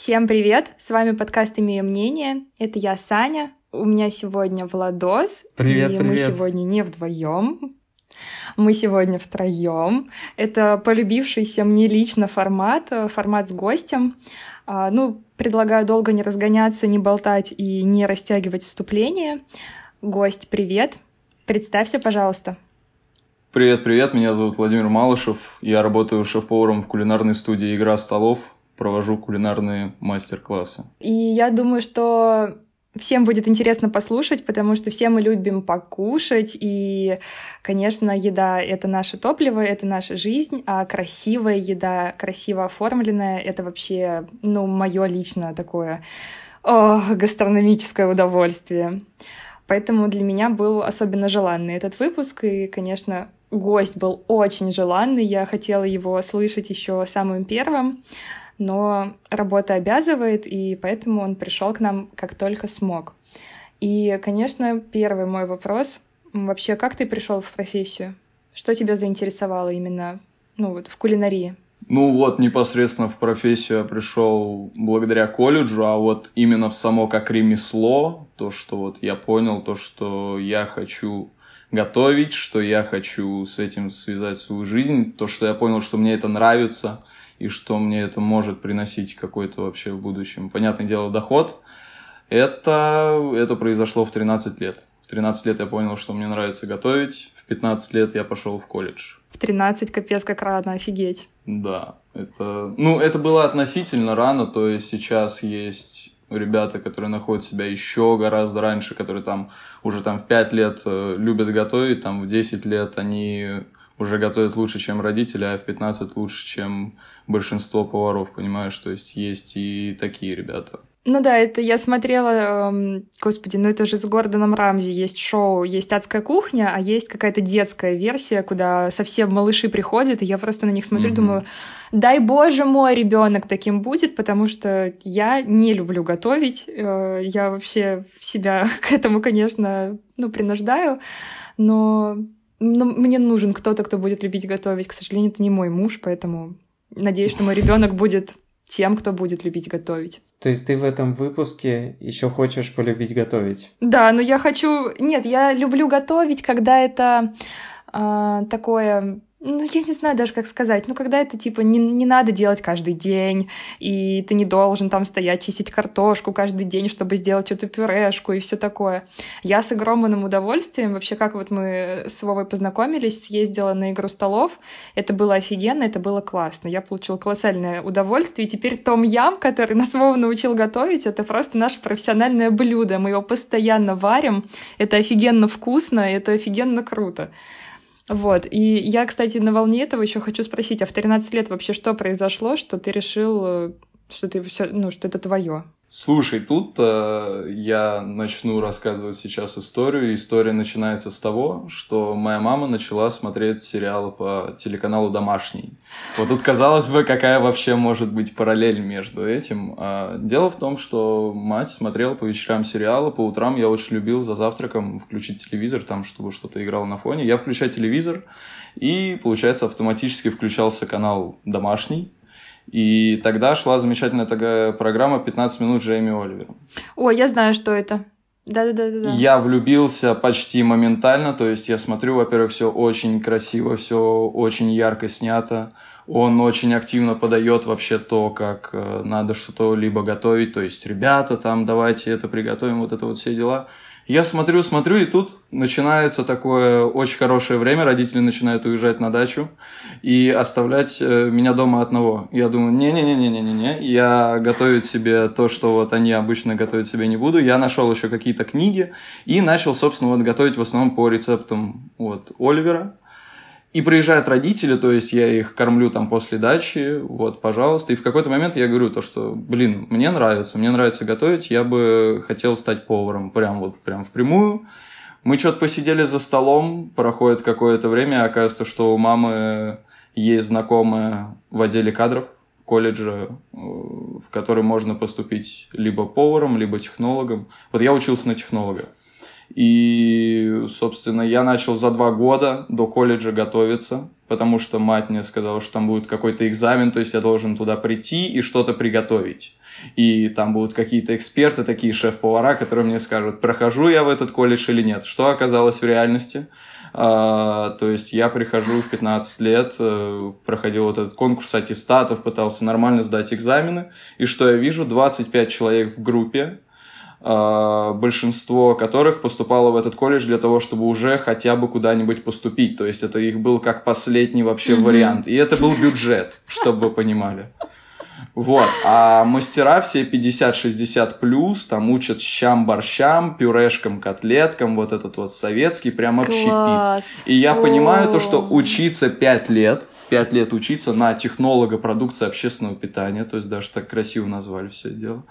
Всем привет! С вами подкаст «Имею мнение». Это я, Саня. У меня сегодня Владос. Привет, и мы привет. сегодня не вдвоем. Мы сегодня втроем. Это полюбившийся мне лично формат с гостем. Предлагаю долго не разгоняться, не болтать и не растягивать вступление. Гость, привет. Представься, пожалуйста. Привет, меня зовут Владимир Малышев. Я работаю шеф-поваром в кулинарной студии «Игра столов», провожу кулинарные мастер-классы. И я думаю, что всем будет интересно послушать, потому что все мы любим покушать, и, конечно, еда — это наше топливо, это наша жизнь, а красивая еда, красиво оформленная — это вообще, мое лично такое гастрономическое удовольствие. Поэтому для меня был особенно желанный этот выпуск, и, конечно, гость был очень желанный, я хотела его слышать еще самым первым, но работа обязывает, и поэтому он пришел к нам как только смог. И, конечно, первый мой вопрос. Вообще, как ты пришел в профессию? Что тебя заинтересовало именно в кулинарии? Непосредственно в профессию я пришел благодаря колледжу, а вот именно в само как ремесло, то, что я понял, то, что я хочу готовить, что я хочу с этим связать свою жизнь, то, что я понял, что мне это нравится, и что мне это может приносить какой-то вообще в будущем, понятное дело, доход, это произошло в 13 лет. В 13 лет я понял, что мне нравится готовить, в 15 лет я пошел в колледж. В 13 капец как рано, офигеть. Да, это было относительно рано, то есть сейчас есть ребята, которые находят себя еще гораздо раньше, которые уже в 5 лет любят готовить, в 10 лет они уже готовят лучше, чем родители, а в 15 лучше, чем большинство поваров, понимаешь? То есть и такие ребята. Это я смотрела, это же с Гордоном Рамзи есть шоу, есть «Адская кухня», а есть какая-то детская версия, куда совсем малыши приходят, и я просто на них смотрю, думаю, дай боже мой ребенок таким будет, потому что я не люблю готовить, я вообще себя к этому, конечно, принуждаю, но мне нужен кто-то, кто будет любить готовить. К сожалению, это не мой муж, поэтому надеюсь, что мой ребенок будет тем, кто будет любить готовить. То есть ты в этом выпуске еще хочешь полюбить готовить? Да, но я хочу... Нет, я люблю готовить, когда это такое... я не знаю даже, как сказать. Когда это, не надо делать каждый день, и ты не должен там стоять, чистить картошку каждый день, чтобы сделать эту пюрешку и все такое. Я с огромным удовольствием, вообще, как мы с Вовой познакомились, съездила на «Игру столов. Это было офигенно, это было классно. Я получила колоссальное удовольствие, и теперь том-ям, который нас Вова научил готовить, это просто наше профессиональное блюдо. Мы его постоянно варим, это офигенно вкусно, это офигенно круто. И я, кстати, на волне этого еще хочу спросить, а в 13 лет вообще что произошло, что ты решил, что что это твое? Слушай, тут я начну рассказывать сейчас историю. История начинается с того, что моя мама начала смотреть сериалы по телеканалу «Домашний». Вот тут, казалось бы, какая вообще может быть параллель между этим. Дело в том, что мать смотрела по вечерам сериалы, по утрам я очень любил за завтраком включить телевизор, чтобы что-то играло на фоне. Я включаю телевизор, и, получается, автоматически включался канал «Домашний». И тогда шла замечательная такая программа «15 минут с Джейми Оливером». Я знаю, что это. Да. Я влюбился почти моментально, то есть я смотрю, во-первых, все очень красиво, все очень ярко снято. Он очень активно подает вообще то, как надо что-то либо готовить, то есть ребята, давайте это приготовим, вот это вот все дела. Я смотрю, и тут начинается такое очень хорошее время, родители начинают уезжать на дачу и оставлять меня дома одного. Я думаю, не-не-не, я готовить себе то, что они обычно готовить себе не буду. Я нашел еще какие-то книги и начал, собственно, готовить в основном по рецептам Оливера. И приезжают родители, то есть я их кормлю после дачи, пожалуйста. И в какой-то момент я говорю что, мне нравится готовить, я бы хотел стать поваром, прям впрямую. Мы что-то посидели за столом, проходит какое-то время, оказывается, что у мамы есть знакомая в отделе кадров колледжа, в который можно поступить либо поваром, либо технологом. Я учился на технолога. И, собственно, я начал за 2 года до колледжа готовиться, потому что мать мне сказала, что там будет какой-то экзамен, то есть я должен туда прийти и что-то приготовить. И там будут какие-то эксперты, такие шеф-повара, которые мне скажут, прохожу я в этот колледж или нет. Что оказалось в реальности? То есть я прихожу в 15 лет, проходил вот этот конкурс аттестатов, пытался нормально сдать экзамены. И что я вижу? 25 человек в группе, большинство которых поступало в этот колледж для того, чтобы уже хотя бы куда-нибудь поступить. То есть это их был как последний вообще вариант. И это был бюджет, чтобы вы понимали. Вот, а мастера все 50-60 плюс, там учат щам-борщам, пюрешкам, котлеткам, вот этот вот советский, прям общепит. И я понимаю то, что учиться 5 лет учиться на технолога продукции общественного питания, то есть даже так красиво назвали все это дело,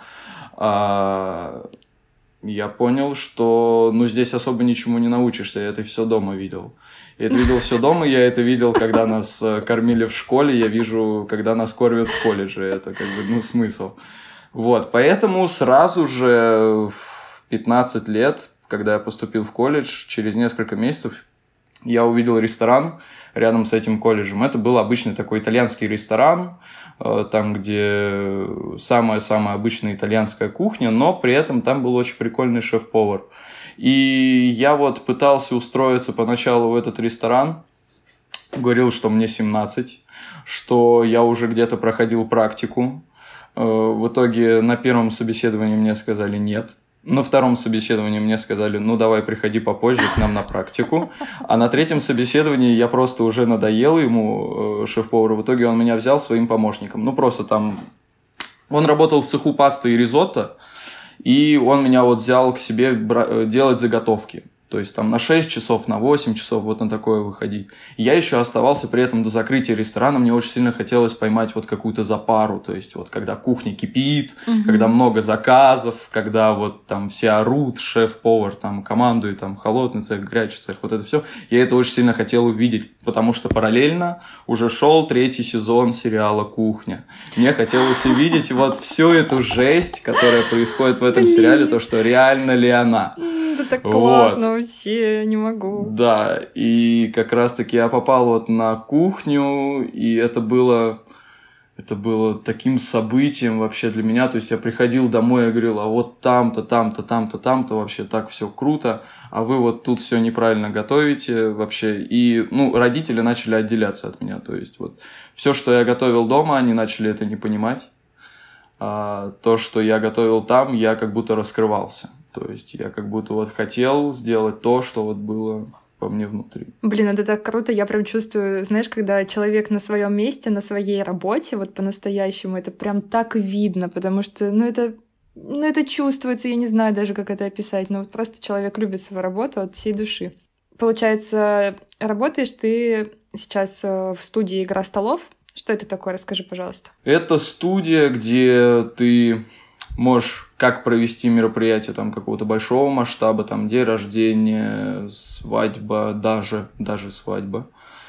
я понял, что здесь особо ничему не научишься, я это все дома видел. Я это видел все дома, я это видел, когда нас кормили в школе, я вижу, когда нас кормят в колледже, это как бы, смысл. Вот, поэтому сразу же в 15 лет, когда я поступил в колледж, через несколько месяцев я увидел ресторан рядом с этим колледжем. Это был обычный такой итальянский ресторан, там, где самая-самая обычная итальянская кухня, но при этом там был очень прикольный шеф-повар. И я вот пытался устроиться поначалу в этот ресторан, говорил, что мне 17, что я уже где-то проходил практику. В итоге на первом собеседовании мне сказали нет. На втором собеседовании мне сказали, давай приходи попозже к нам на практику. А на третьем собеседовании я просто уже надоел ему, шеф-повару. В итоге он меня взял своим помощником. Просто там... Он работал в цеху пасты и ризотто, и он меня вот взял к себе делать заготовки. То есть там на 6 часов, на 8 часов вот на такое выходить. Я еще оставался при этом до закрытия ресторана. Мне очень сильно хотелось поймать вот какую-то запару. То есть вот когда кухня кипит, когда много заказов, когда вот там все орут, шеф-повар там командует, там холодный цех, горячий цех, вот это все. Я это очень сильно хотел увидеть, потому что параллельно уже шел 3-й сезон сериала «Кухня». Мне хотелось увидеть вот всю эту жесть, которая происходит в этом сериале, то, что реально ли она. Это так классно вообще, я не могу. Да, и как раз-таки я попал вот на кухню, и это было таким событием вообще для меня. То есть я приходил домой и говорил, а вот там-то, там-то, там-то, там-то вообще так все круто, а вы вот тут все неправильно готовите вообще. И, родители начали отделяться от меня. То есть вот все, что я готовил дома, они начали это не понимать. А то, что я готовил там, я как будто раскрывался. То есть я как будто вот хотел сделать то, что вот было во мне внутри. Блин, это так круто, я прям чувствую, знаешь, когда человек на своем месте, на своей работе, вот по-настоящему, это прям так видно, потому что, это чувствуется, я не знаю даже, как это описать, но вот просто человек любит свою работу от всей души. Получается, работаешь ты сейчас в студии «Игра столов». Что это такое? Расскажи, пожалуйста. Это студия, где ты можешь как провести мероприятие там какого-то большого масштаба, там день рождения, свадьба, даже свадьба,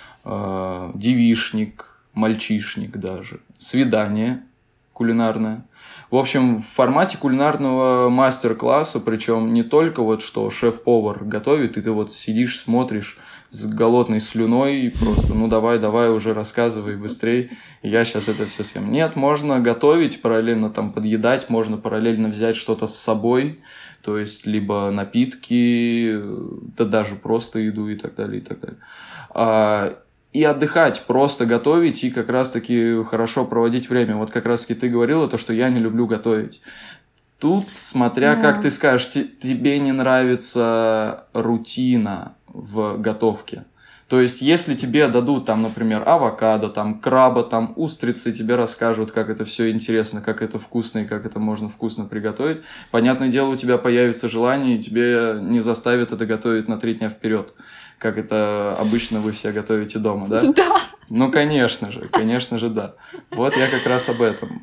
девичник, мальчишник даже, свидание кулинарное. В общем, в формате кулинарного мастер-класса, причем не только вот что шеф-повар готовит, и ты вот сидишь, смотришь с голодной слюной, и просто, давай уже рассказывай быстрей, я сейчас это все съем. Нет, можно готовить, параллельно там подъедать, можно параллельно взять что-то с собой, то есть либо напитки, да даже просто еду и так далее, и так далее. И отдыхать, просто готовить и как раз-таки хорошо проводить время. Вот как раз-таки ты говорила то, что я не люблю готовить. Тут, смотря как ты скажешь, тебе не нравится рутина в готовке. То есть, если тебе дадут там, например, авокадо, там краба, там устрицы, тебе расскажут, как это все интересно, как это вкусно и как это можно вкусно приготовить, понятное дело, у тебя появится желание, и тебе не заставят это готовить на 3 дня вперед, как это обычно вы все готовите дома, да? Да. Конечно же, да. Вот я как раз об этом.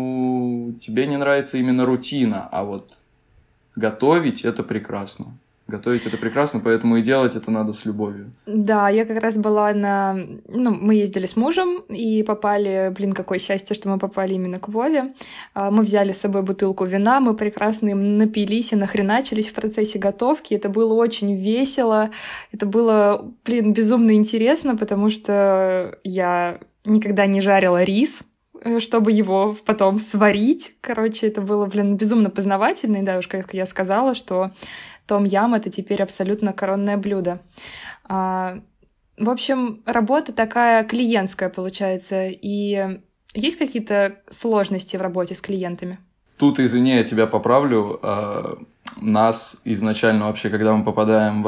Поэтому тебе не нравится именно рутина, а вот готовить – это прекрасно. Готовить это прекрасно, поэтому и делать это надо с любовью. Да, я как раз была мы ездили с мужем и попали, какое счастье, что мы попали именно к Вове. Мы взяли с собой бутылку вина, мы прекрасно им напились и нахреначились в процессе готовки. Это было очень весело, это было, безумно интересно, потому что я никогда не жарила рис, чтобы его потом сварить. Короче, это было, безумно познавательно. И да, уж как я сказала, что том-ям — это теперь абсолютно коронное блюдо. В общем, работа такая клиентская получается. И есть какие-то сложности в работе с клиентами? Тут, извини, я тебя поправлю. Нас изначально вообще, когда мы попадаем в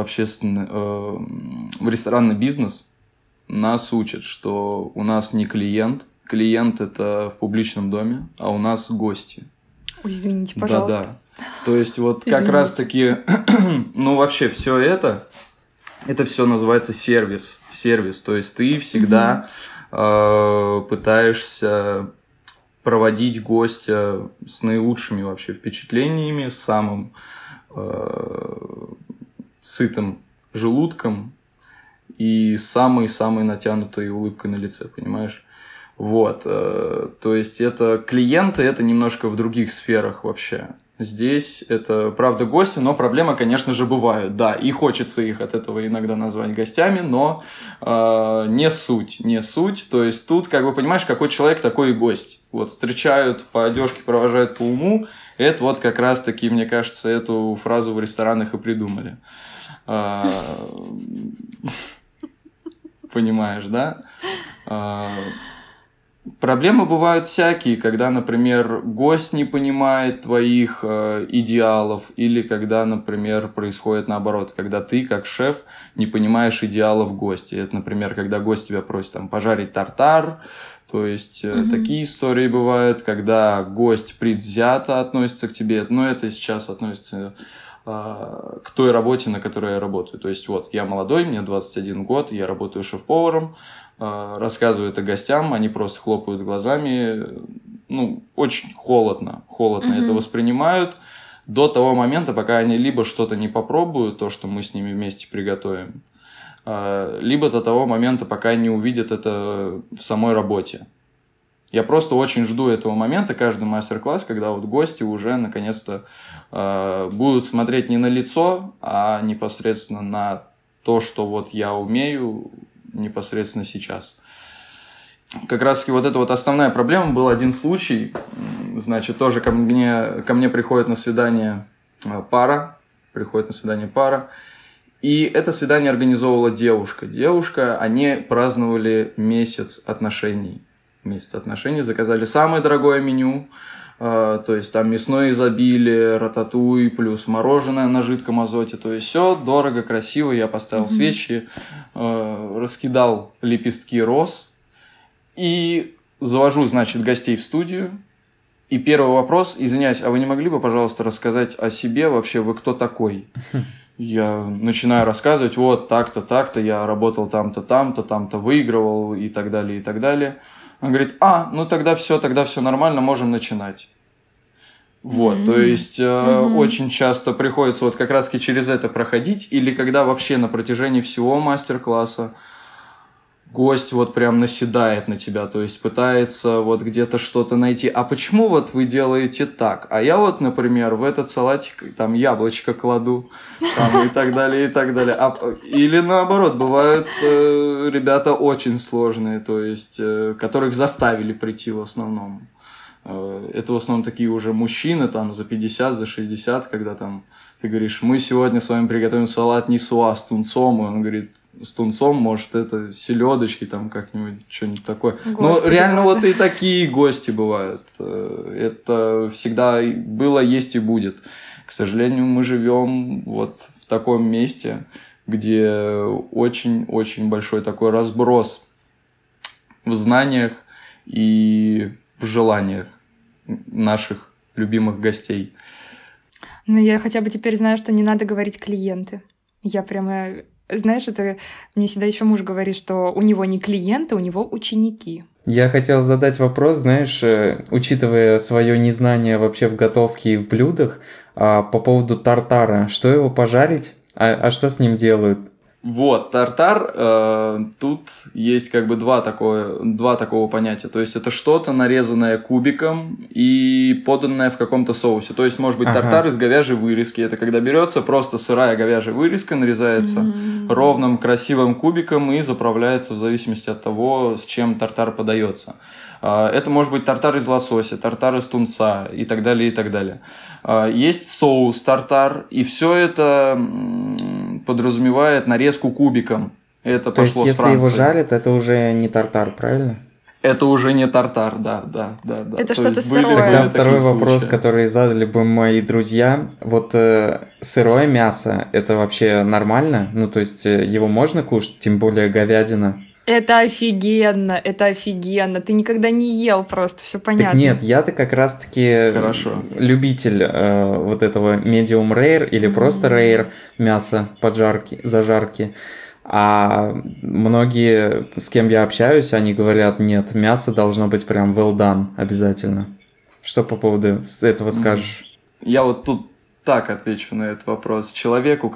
в ресторанный бизнес, нас учат, что у нас не клиент. Клиент — это в публичном доме, а у нас гости. Ой, извините, пожалуйста. Да. То есть вот как раз-таки, вообще все это все называется сервис. То есть ты всегда пытаешься проводить гостя с наилучшими вообще впечатлениями, с самым сытым желудком и самой-самой натянутой улыбкой на лице, понимаешь? Вот, то есть это клиенты, это немножко в других сферах вообще. Здесь это, правда, гости, но проблемы, конечно же, бывают. Да, и хочется их от этого иногда назвать гостями, но не суть. То есть тут, как бы, понимаешь, какой человек, такой и гость. Вот встречают по одежке, провожают по уму. Это вот как раз-таки, мне кажется, эту фразу в ресторанах и придумали. Понимаешь, да? Проблемы бывают всякие, когда, например, гость не понимает твоих идеалов, или когда, например, происходит наоборот, когда ты, как шеф, не понимаешь идеалов гостя. Это, например, когда гость тебя просит пожарить тартар, то есть такие истории бывают, когда гость предвзято относится к тебе, но это сейчас относится к той работе, на которой я работаю. То есть вот я молодой, мне 21 год, я работаю шеф-поваром, рассказываю это гостям, они просто хлопают глазами, очень холодно это воспринимают до того момента, пока они либо что-то не попробуют, то, что мы с ними вместе приготовим, либо до того момента, пока не увидят это в самой работе. Я просто очень жду этого момента, каждый мастер-класс, когда вот гости уже наконец-то будут смотреть не на лицо, а непосредственно на то, что вот я умею непосредственно сейчас. Как раз таки вот это вот основная проблема. Был один случай, значит, тоже ко мне приходит на свидание пара, и это свидание организовывала девушка, они праздновали месяц отношений, заказали самое дорогое меню, то есть там мясное изобилие, рататуй, плюс мороженое на жидком азоте, то есть все дорого, красиво. Я поставил свечи, раскидал лепестки роз и завожу, значит, гостей в студию. И первый вопрос: извиняюсь, а вы не могли бы, пожалуйста, рассказать о себе, вообще вы кто такой? Я начинаю рассказывать, вот так-то, я работал там-то, там-то выигрывал и так далее, и так далее. Он говорит: тогда все нормально, можем начинать. Вот, то есть очень часто приходится вот как раз-таки через это проходить, или когда вообще на протяжении всего мастер-класса гость вот прям наседает на тебя, то есть пытается вот где-то что-то найти. А почему вот вы делаете так? А я вот, например, в этот салатик там яблочко кладу, там, и так далее, и так далее. Или наоборот, бывают ребята очень сложные, то есть которых заставили прийти в основном. Это в основном такие уже мужчины, там, за 50, за 60, когда там ты говоришь: мы сегодня с вами приготовим салат нисуа с тунцом, и он говорит: с тунцом, может, это селедочки, там, как-нибудь, что-нибудь такое. Но реально Боже. Вот и такие гости бывают. Это всегда было, есть и будет. К сожалению, мы живем вот в таком месте, где очень-очень большой такой разброс в знаниях и в желаниях наших любимых гостей. Ну, я хотя бы теперь знаю, что не надо говорить клиенты. Я прямо, знаешь, это мне всегда еще муж говорит, что у него не клиенты, у него ученики. Я хотел задать вопрос, знаешь, учитывая свое незнание вообще в готовке и в блюдах, по поводу тартара. Что его пожарить? А что с ним делают? Вот, тартар, тут есть как бы два такого понятия. То есть это что-то нарезанное кубиком и поданное в каком-то соусе. То есть может быть тартар из говяжьей вырезки. Это когда берется просто сырая говяжья вырезка, нарезается ровным красивым кубиком и заправляется в зависимости от того, с чем тартар подается. Это может быть тартар из лосося, тартар из тунца и так далее, и так далее. Есть соус тартар, и все это подразумевает нарезку кубиком. Это То есть, пошло с если Франции. его жарят, это уже не тартар, правильно? Это уже не тартар, да. Это То что-то есть были сырое. Тогда второй такие вопрос, случаи. который задали бы мои друзья. Вот сырое мясо, это вообще нормально? Ну, то есть, его можно кушать, тем более говядина? Это офигенно. Ты никогда не ел просто, все понятно. Так нет, я-то как раз-таки Хорошо. любитель вот этого medium rare или просто rare мяса зажарки. А многие, с кем я общаюсь, они говорят, нет, мясо должно быть прям well done обязательно. Что по поводу этого скажешь? Я вот тут так отвечу на этот вопрос. Человеку,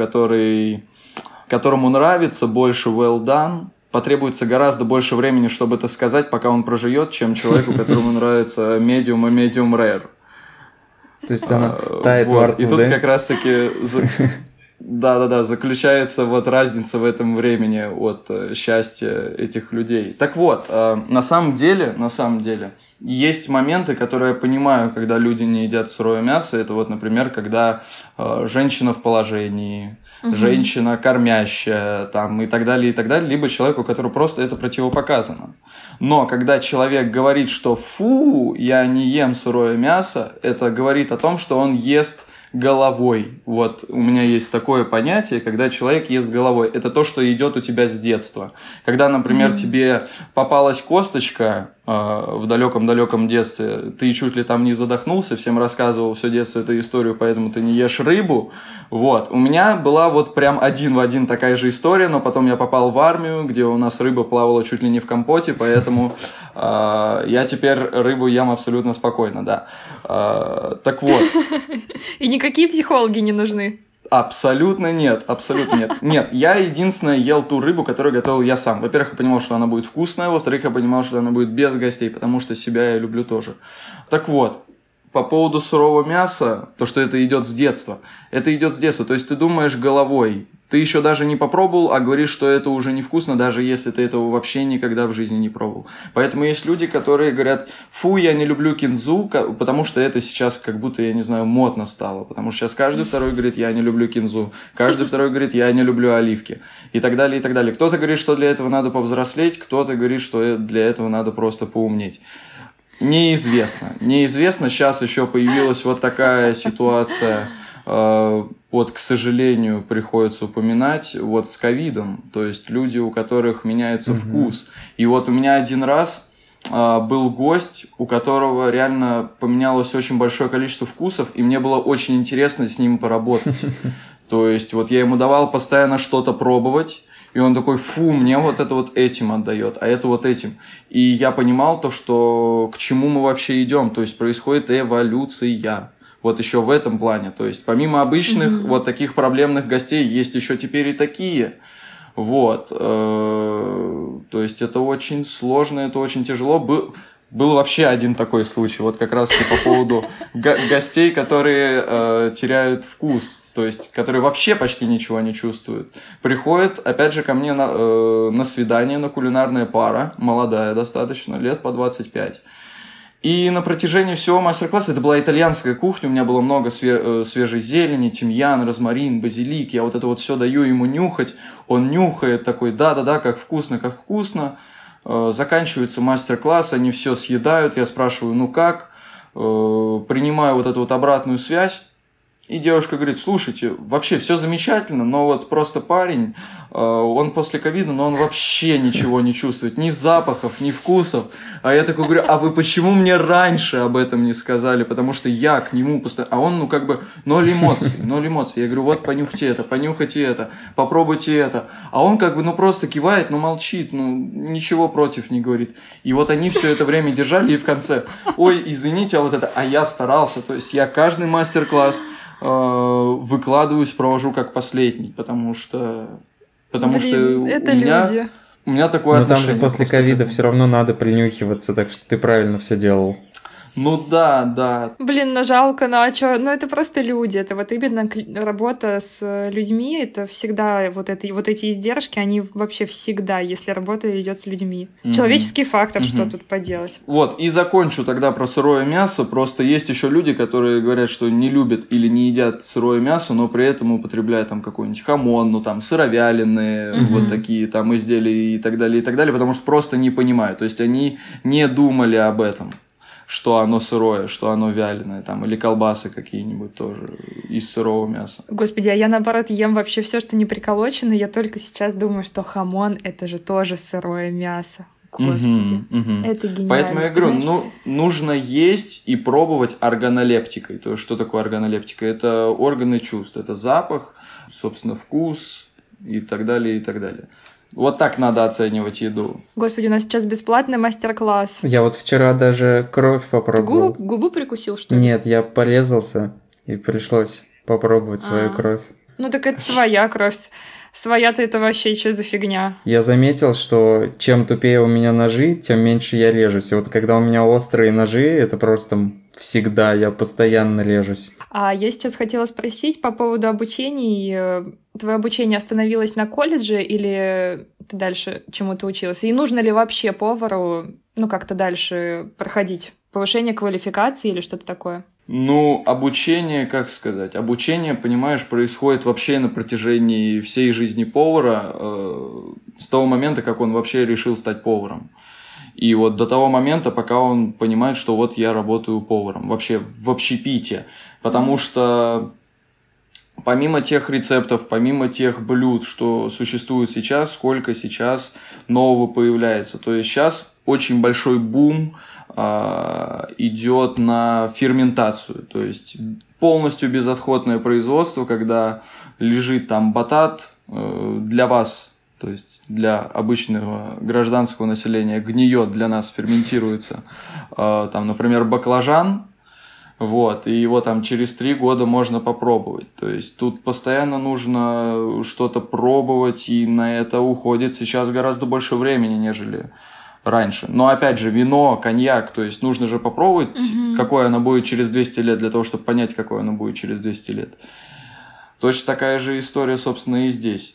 которому нравится больше well done, потребуется гораздо больше времени, чтобы это сказать, пока он проживет, чем человеку, которому нравится medium и medium rare. То есть она тает во рту, И тут да? как раз-таки заключается вот разница в этом времени от счастья этих людей. Так вот, на самом деле, есть моменты, которые я понимаю, когда люди не едят сырое мясо. Это вот, например, когда женщина в положении, женщина кормящая, там, и так далее, либо человеку, которому просто это противопоказано. Но когда человек говорит, что «фу, я не ем сырое мясо», это говорит о том, что он ест головой. Вот у меня есть такое понятие, когда человек ест головой. Это то, что идет у тебя с детства. Когда, например, тебе попалась косточка в далеком-далеком детстве, ты чуть ли там не задохнулся, всем рассказывал все детство эту историю, поэтому ты не ешь рыбу. Вот. У меня была вот прям один в один такая же история, но потом я попал в армию, где у нас рыба плавала чуть ли не в компоте, поэтому я теперь рыбу ем абсолютно спокойно, да. Так вот. И никакие психологи не нужны. Абсолютно нет. Нет, я единственное ел ту рыбу, которую готовил я сам. Во-первых, я понимал, что она будет вкусная, во-вторых, я понимал, что она будет без гостей, потому что себя я люблю тоже. Так вот, по поводу сырого мяса, то, что это идет с детства. Это идет с детства, то есть ты думаешь головой. Ты еще даже не попробовал, а говоришь, что это уже невкусно, даже если ты этого вообще никогда в жизни не пробовал. Поэтому есть люди, которые говорят, фу, я не люблю кинзу, потому что это сейчас как будто, я не знаю, модно стало. Потому что сейчас каждый второй говорит, я не люблю кинзу. Каждый второй говорит, я не люблю оливки. И так далее, и так далее. Кто-то говорит, что для этого надо повзрослеть, кто-то говорит, что для этого надо просто поумнеть. Неизвестно. Сейчас еще появилась вот такая ситуация. Вот, к сожалению, приходится упоминать, вот с ковидом, то есть люди, у которых меняется вкус. И вот у меня один раз был гость, у которого реально поменялось очень большое количество вкусов, и мне было очень интересно с ним поработать. То есть вот я ему давал постоянно что-то пробовать, и он такой, фу, мне вот это вот этим отдает, а это вот этим. И я понимал то, что к чему мы вообще идем, то есть происходит эволюция. Вот еще в этом плане. То есть помимо обычных вот таких проблемных гостей есть еще теперь и такие. Вот. То есть это очень сложно, это очень тяжело. Был вообще один такой случай, вот как раз по поводу гостей, которые теряют вкус. То есть, которые вообще почти ничего не чувствуют. Приходит, опять же, ко мне на свидание, на кулинарная пара, молодая достаточно, лет по 25. И на протяжении всего мастер-класса, это была итальянская кухня, у меня было много свежей зелени, тимьян, розмарин, базилик, я вот это вот все даю ему нюхать, он нюхает такой, да-да-да, как вкусно. Заканчивается мастер-класс, они все съедают, я спрашиваю, ну как, принимаю вот эту вот обратную связь, и девушка говорит, слушайте, вообще все замечательно, но вот просто парень, он после ковида, но он вообще ничего не чувствует, ни запахов, ни вкусов. А я такой говорю, а вы почему мне раньше об этом не сказали? Потому что я к нему постоянно, а он, ноль эмоций. Я говорю, вот понюхайте это, попробуйте это. А он просто кивает, молчит, ничего против не говорит. И вот они все это время держали, и в конце, ой, извините, а вот это, а я старался, то есть я каждый мастер-класс выкладываюсь, провожу как последний, потому что это у меня такое отношение. Но там же после ковида все равно надо принюхиваться, так что ты правильно все делал. Ну да. Ну жалко, ну а чё? Ну это просто люди, это вот именно работа с людьми, это всегда вот эти издержки, они вообще всегда, если работа идет с людьми. Человеческий фактор, что тут поделать. Вот, и закончу тогда про сырое мясо. Просто есть еще люди, которые говорят, что не любят или не едят сырое мясо, но при этом употребляют там какой-нибудь хамон, ну там сыровяленые, вот такие там изделия и так далее, потому что просто не понимают. То есть они не думали об этом, что оно сырое, что оно вяленое, там, или колбасы какие-нибудь тоже из сырого мяса. Господи, а я наоборот ем вообще все, что не приколочено, я только сейчас думаю, что хамон — это же тоже сырое мясо. Господи, это гениально. Поэтому я говорю, нужно есть и пробовать органолептикой. То есть, что такое органолептика? Это органы чувств, это запах, собственно, вкус и так далее, и так далее. Вот так надо оценивать еду. Господи, у нас сейчас бесплатный мастер-класс. Я вот вчера даже кровь попробовал. Ты губу прикусил, что ли? Нет, я порезался, и пришлось попробовать свою кровь. Ну так это своя кровь. Своя-то это вообще что за фигня? Я заметил, что чем тупее у меня ножи, тем меньше я режусь. И вот когда у меня острые ножи, это просто всегда, я постоянно режусь. А я сейчас хотела спросить по поводу обучений. Твое обучение остановилось на колледже или ты дальше чему-то учился? И нужно ли вообще повару, как-то дальше проходить повышение квалификации или что-то такое? Обучение, как сказать, понимаешь, происходит вообще на протяжении всей жизни повара, с того момента, как он вообще решил стать поваром. И вот до того момента, пока он понимает, что вот я работаю поваром, вообще в общепите. Потому что помимо тех рецептов, помимо тех блюд, что существует сейчас, сколько сейчас нового появляется. То есть сейчас очень большой бум идет на ферментацию, то есть полностью безотходное производство, когда лежит там батат для вас, то есть для обычного гражданского населения гниет, для нас ферментируется, там, например, баклажан, вот, и его там через 3 года можно попробовать. То есть тут постоянно нужно что-то пробовать, и на это уходит сейчас гораздо больше времени, нежели раньше. Но опять же, вино, коньяк, то есть нужно же попробовать, какое оно будет через 200 лет, для того, чтобы понять, какое оно будет через 200 лет. Точно такая же история, собственно, и здесь.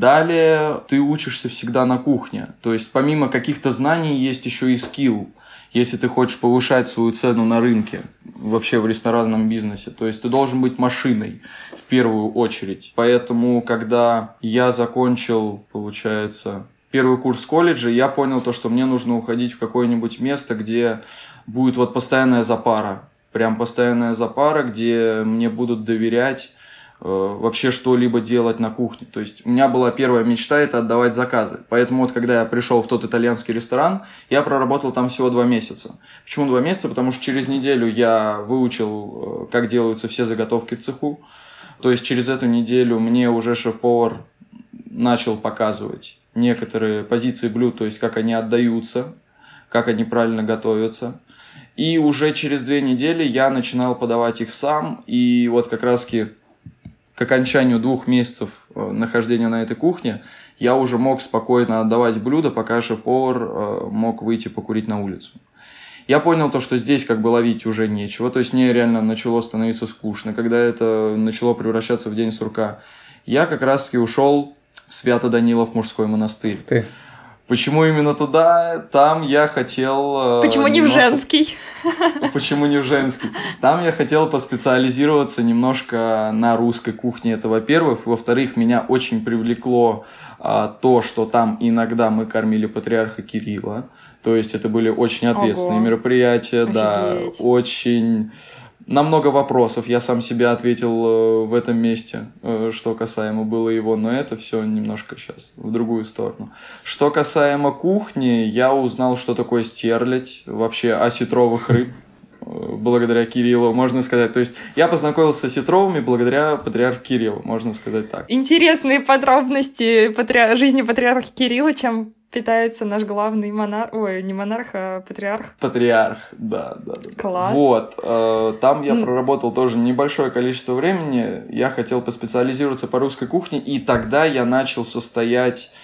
Далее ты учишься всегда на кухне. То есть помимо каких-то знаний есть еще и скилл, если ты хочешь повышать свою цену на рынке, вообще в ресторанном бизнесе. То есть ты должен быть машиной в первую очередь. Поэтому, когда я закончил, получается, первый курс колледжа, я понял то, что мне нужно уходить в какое-нибудь место, где будет вот постоянная запара. Прям постоянная запара, где мне будут доверять вообще что-либо делать на кухне. То есть у меня была первая мечта — это отдавать заказы. Поэтому вот когда я пришел в тот итальянский ресторан, я проработал там всего 2 месяца. Почему 2 месяца? Потому что через неделю я выучил, как делаются все заготовки в цеху. То есть через эту неделю мне уже шеф-повар начал показывать некоторые позиции блюд, то есть как они отдаются, как они правильно готовятся. И уже через 2 недели я начинал подавать их сам. И вот как раз-таки к окончанию 2 месяцев нахождения на этой кухне я уже мог спокойно отдавать блюда, пока шеф-повар мог выйти покурить на улицу. Я понял то, что здесь как бы ловить уже нечего, то есть мне реально начало становиться скучно, когда это начало превращаться в день сурка. Я как раз-таки ушел в Свято-Данилов мужской монастырь. Почему именно туда? Там я хотел... Почему не в женский? Почему не в женский? Там я хотел поспециализироваться немножко на русской кухне, это во-первых. Во-вторых, меня очень привлекло то, что там иногда мы кормили патриарха Кирилла. То есть это были очень ответственные мероприятия, да, очень... На много вопросов я сам себе ответил в этом месте, что касаемо было его, но это все немножко сейчас в другую сторону. Что касаемо кухни, я узнал, что такое стерлядь, вообще осетровых рыб, благодаря Кириллу, можно сказать. То есть я познакомился с осетровыми благодаря патриарху Кириллу, можно сказать так. Интересные подробности жизни патриарха Кирилла, чем питается наш главный монарх, ой, не монарх, а патриарх. Патриарх, да. Класс. Вот, там я проработал тоже небольшое количество времени, я хотел поспециализироваться по русской кухне, и тогда я начал состоять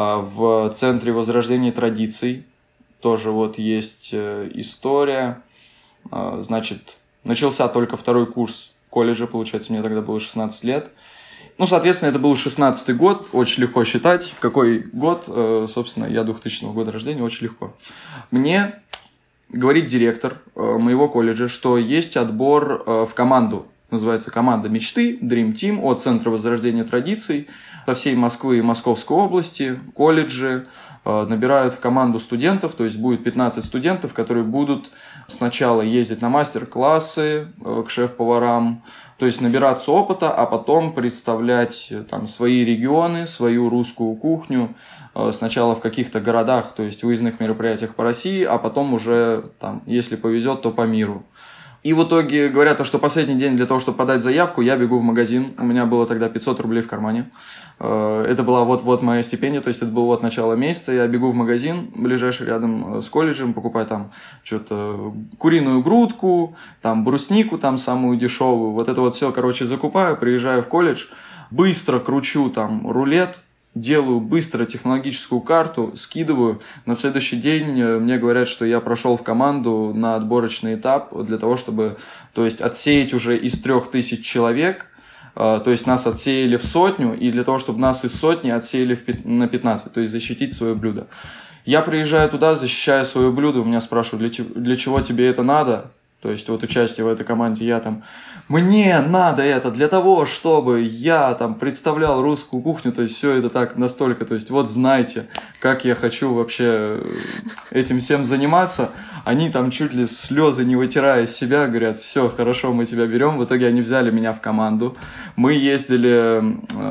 в Центре возрождения традиций, тоже вот есть история, значит, начался только 2-й курс колледжа, получается, мне тогда было 16 лет. Ну, соответственно, это был 16-й год, очень легко считать, какой год, собственно, я 2000 года рождения, очень легко. Мне говорит директор моего колледжа, что есть отбор в команду, называется «Команда мечты», Dream Team, от Центра возрождения традиций, со всей Москвы и Московской области, колледжи набирают в команду студентов, то есть будет 15 студентов, которые будут сначала ездить на мастер-классы к шеф-поварам, то есть набираться опыта, а потом представлять там свои регионы, свою русскую кухню, сначала в каких-то городах, то есть выездных мероприятиях по России, а потом уже, там, если повезет, то по миру. И в итоге говорят, что последний день для того, чтобы подать заявку, я бегу в магазин. У меня было тогда 500 рублей в кармане. Это была вот моя стипендия, то есть это было вот начало месяца. Я бегу в магазин, ближайший рядом с колледжем, покупаю там что-то куриную грудку, там бруснику там самую дешевую. Вот это вот все, короче, закупаю, приезжаю в колледж, быстро кручу там рулет, делаю быстро технологическую карту, скидываю. На следующий день мне говорят, что я прошел в команду на отборочный этап для того, чтобы, то есть, отсеять уже из 3000 человек, то есть нас отсеяли в 100, и для того, чтобы нас из 100 отсеяли на 15, то есть защитить свое блюдо. Я приезжаю туда, защищаю свое блюдо, у меня спрашивают, для чего тебе это надо? То есть вот участие в этой команде, я там, мне надо это для того, чтобы я там представлял русскую кухню, то есть все это так настолько, то есть вот знайте, как я хочу вообще этим всем заниматься. Они там чуть ли слезы не вытирая из себя, говорят, все, хорошо, мы тебя берем. В итоге они взяли меня в команду. Мы ездили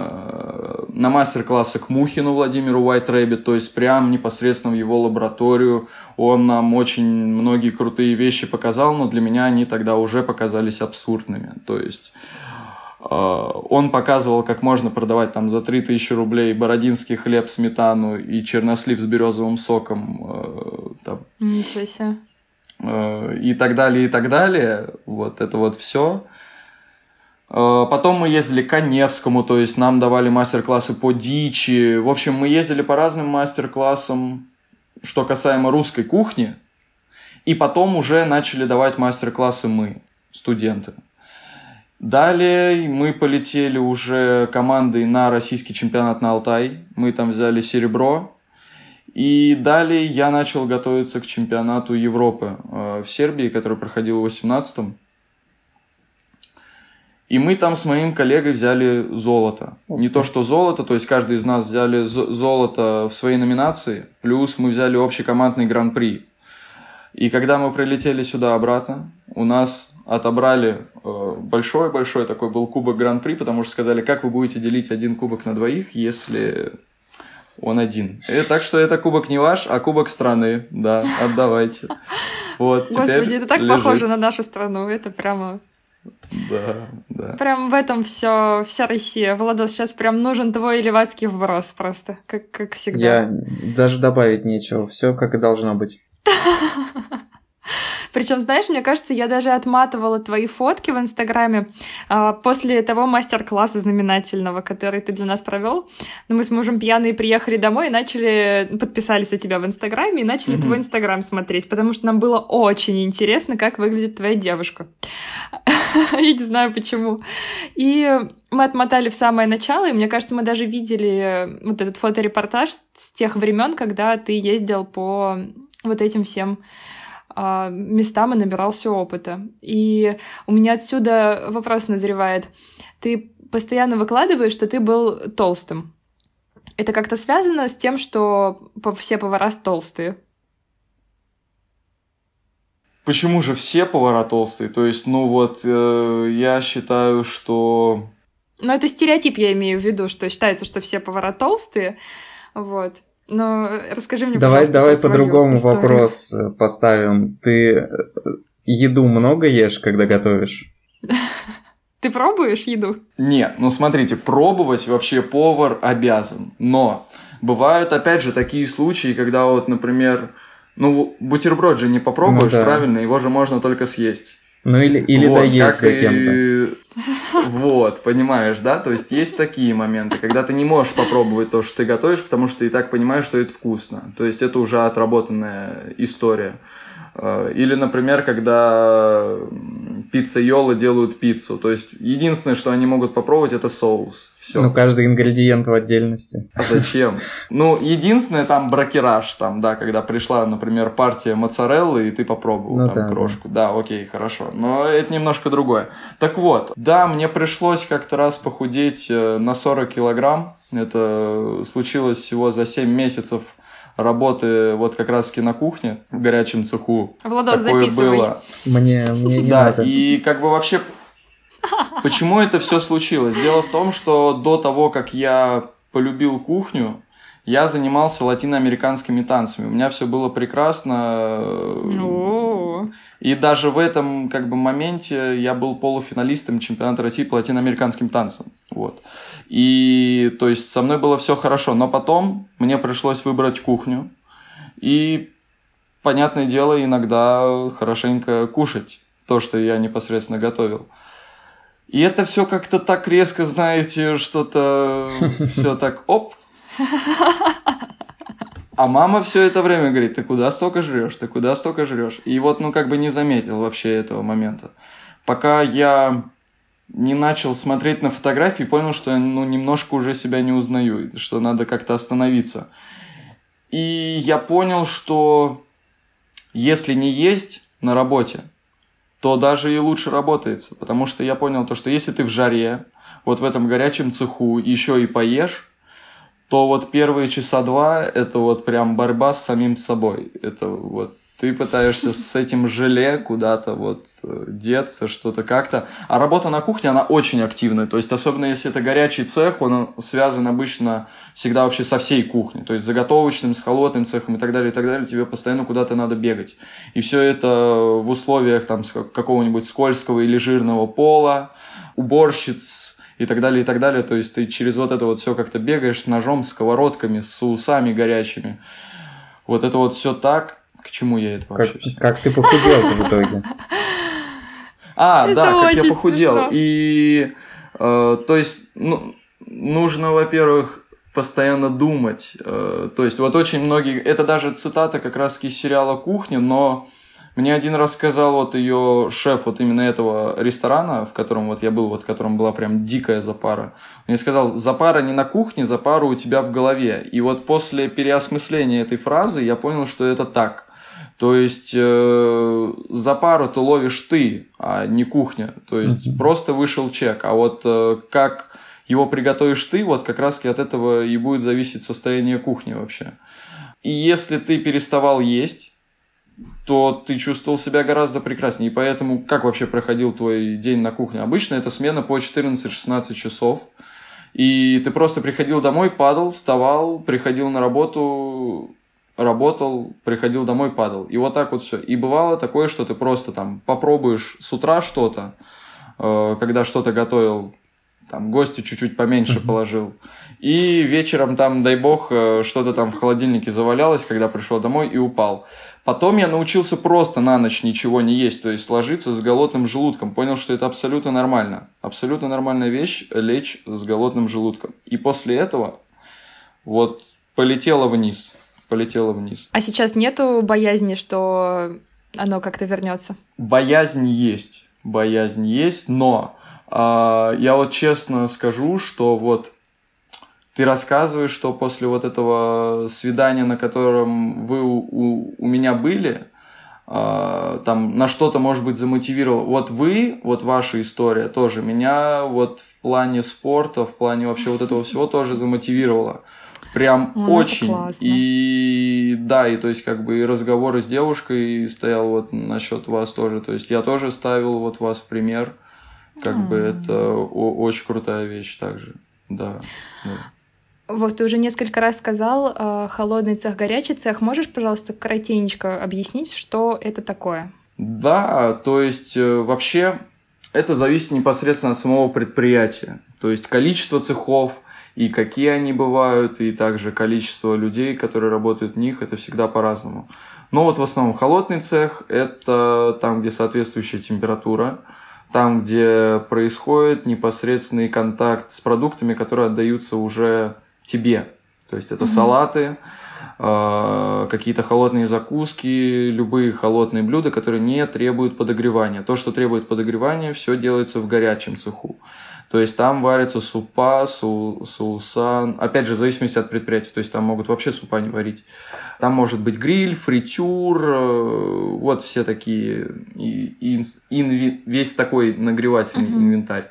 на мастер-классы к Мухину Владимиру White Rabbit, то есть прям непосредственно в его лабораторию. Он нам очень многие крутые вещи показал, но для меня они тогда уже показались абсурдными. То есть он показывал, как можно продавать там за 3000 рублей бородинский хлеб, сметану и чернослив с березовым соком. Там, ничего себе. И так далее, и так далее. Вот это вот все. Потом мы ездили к Каневскому, то есть нам давали мастер-классы по дичи. В общем, мы ездили по разным мастер-классам, что касаемо русской кухни. И потом уже начали давать мастер-классы мы, студенты. Далее мы полетели уже командой на российский чемпионат на Алтай. Мы там взяли серебро. И далее я начал готовиться к чемпионату Европы в Сербии, который проходил в 2018-м. И мы там с моим коллегой взяли золото. Не то что золото, то есть каждый из нас взяли золото в своей номинации, плюс мы взяли общекомандный гран-при. И когда мы прилетели сюда обратно, у нас отобрали большой-большой такой был кубок гран-при, потому что сказали, как вы будете делить один кубок на двоих, если он один. И так что это кубок не ваш, а кубок страны. Да, отдавайте. Вот, Господи, это так лежит. Похоже на нашу страну, это прямо... Да. Прям в этом вся Россия. Владос, сейчас прям нужен твой левацкий вброс просто, как всегда. Я даже добавить нечего, все как и должно быть. Причем, знаешь, мне кажется, я даже отматывала твои фотки в Инстаграме после того мастер-класса знаменательного, который ты для нас провел. Но мы с мужем пьяные приехали домой и подписались на тебя в Инстаграме и начали твой Инстаграм смотреть, потому что нам было очень интересно, как выглядит твоя девушка. Я не знаю почему. И мы отмотали в самое начало, и мне кажется, мы даже видели вот этот фоторепортаж с тех времен, когда ты ездил по вот этим всем местам и набирался опыта. И у меня отсюда вопрос назревает. Ты постоянно выкладываешь, что ты был толстым. Это как-то связано с тем, что все повара толстые? Почему же все повара толстые? То есть, я считаю, что... Ну, это стереотип, я имею в виду, что считается, что все повара толстые. Вот. Но расскажи мне, пожалуйста, Давай свою по-другому историю. вопрос поставим. Ты еду много ешь, когда готовишь? Ты пробуешь еду? Нет, смотрите, пробовать вообще повар обязан. Но Бывают, опять же, такие случаи, когда вот, например, бутерброд же не попробуешь, правильно, его же можно только съесть. Или вот, доесть за кем-то. Вот, понимаешь, да? То есть есть такие моменты, когда ты не можешь попробовать то, что ты готовишь, потому что ты и так понимаешь, что это вкусно. То есть это уже отработанная история. Или, например, когда пиццайолы делают пиццу. То есть единственное, что они могут попробовать, это соус. Все. Каждый ингредиент в отдельности. А зачем? Единственное там бракераж, когда пришла, например, партия моцареллы, и ты попробовал крошку. Да, окей, хорошо. Но это немножко другое. Так вот, да, мне пришлось как-то раз похудеть на 40 килограмм. Это случилось всего за 7 месяцев работы вот как раз-таки на кухне, в горячем цеху. Владос, такое записывай. было. Мне не надо. И вообще... Почему это все случилось? Дело в том, что до того, как я полюбил кухню, я занимался латиноамериканскими танцами. У меня все было прекрасно. И даже в этом моменте я был полуфиналистом чемпионата России по латиноамериканским танцам. Вот. И то есть со мной было все хорошо. Но потом мне пришлось выбрать кухню. И, понятное дело, иногда хорошенько кушать то, что я непосредственно готовил. И это все как-то так резко, знаете, что-то все так оп. А мама все это время говорит: ты куда столько жрешь, ты куда столько жрешь. И вот, не заметил вообще этого момента. Пока я не начал смотреть на фотографии, понял, что я немножко уже себя не узнаю, что надо как-то остановиться. И я понял, что если не есть на работе, то даже и лучше работается. Потому что я понял то, что если ты в жаре, вот в этом горячем цеху, еще и поешь, то вот первые часа 2 это вот прям борьба с самим собой. Это вот ты пытаешься с этим желе куда-то вот деться, что-то как-то. А работа на кухне, она очень активная. То есть, особенно если это горячий цех, он связан обычно всегда вообще со всей кухней. То есть, с заготовочным, с холодным цехом и так далее, тебе постоянно куда-то надо бегать. И все это в условиях там какого-нибудь скользкого или жирного пола, уборщиц и так далее, и так далее. То есть, ты через вот это вот все как-то бегаешь с ножом, сковородками, с соусами горячими. Вот это вот все так. К чему я это вообще все? Как ты похудел-то в итоге? Как я похудел. Смешно. И, то есть, нужно, во-первых, постоянно думать. То есть, вот очень многие... Это даже цитата как раз из сериала «Кухня», но мне один раз сказал вот ее шеф вот именно этого ресторана, в котором вот я был, вот в котором была прям дикая запара. Он мне сказал: запара не на кухне, запара у тебя в голове. И вот после переосмысления этой фразы я понял, что это так. То есть запару ты ловишь ты, а не кухня. То есть просто вышел чек. А вот как его приготовишь ты, вот как раз от этого и будет зависеть состояние кухни вообще. И если ты переставал есть, то ты чувствовал себя гораздо прекраснее. И поэтому как вообще проходил твой день на кухне? Обычно это смена по 14-16 часов. И ты просто приходил домой, падал, вставал, приходил на работу... работал, приходил домой, падал. И вот так вот все. И бывало такое, что ты просто там попробуешь с утра что-то, когда что-то готовил, там гостю чуть-чуть поменьше положил. И вечером там, дай бог, что-то там в холодильнике завалялось, когда пришел домой, и упал. Потом я научился просто на ночь ничего не есть, то есть ложиться с голодным желудком. Понял, что это абсолютно нормально. Абсолютно нормальная вещь — лечь с голодным желудком. И после этого вот полетело вниз. А сейчас нету боязни, что оно как-то вернется? Боязнь есть, но я вот честно скажу, что вот ты рассказываешь, что после вот этого свидания, на котором вы у меня были, там на что-то, может быть, замотивировал. Вот ваша история тоже меня вот в плане спорта, в плане вообще вот этого всего тоже замотивировала. Прям очень. И да, и то есть и разговоры с девушкой стоял вот насчет вас тоже. То есть я тоже ставил вот вас в пример. Это очень крутая вещь также. Да. Вот ты уже несколько раз сказал холодный цех, горячий цех. Можешь, пожалуйста, коротенько объяснить, что это такое? Да, то есть вообще это зависит непосредственно от самого предприятия. То есть количество цехов и какие они бывают, и также количество людей, которые работают в них, это всегда по-разному. Но вот в основном холодный цех – это там, где соответствующая температура, там, где происходит непосредственный контакт с продуктами, которые отдаются уже тебе. То есть это салаты, какие-то холодные закуски, любые холодные блюда, которые не требуют подогревания. То, что требует подогревания, все делается в горячем цеху. То есть там варятся супа, соуса, опять же, в зависимости от предприятия, то есть там могут вообще супа не варить. Там может быть гриль, фритюр, вот все такие, весь такой нагревательный инвентарь.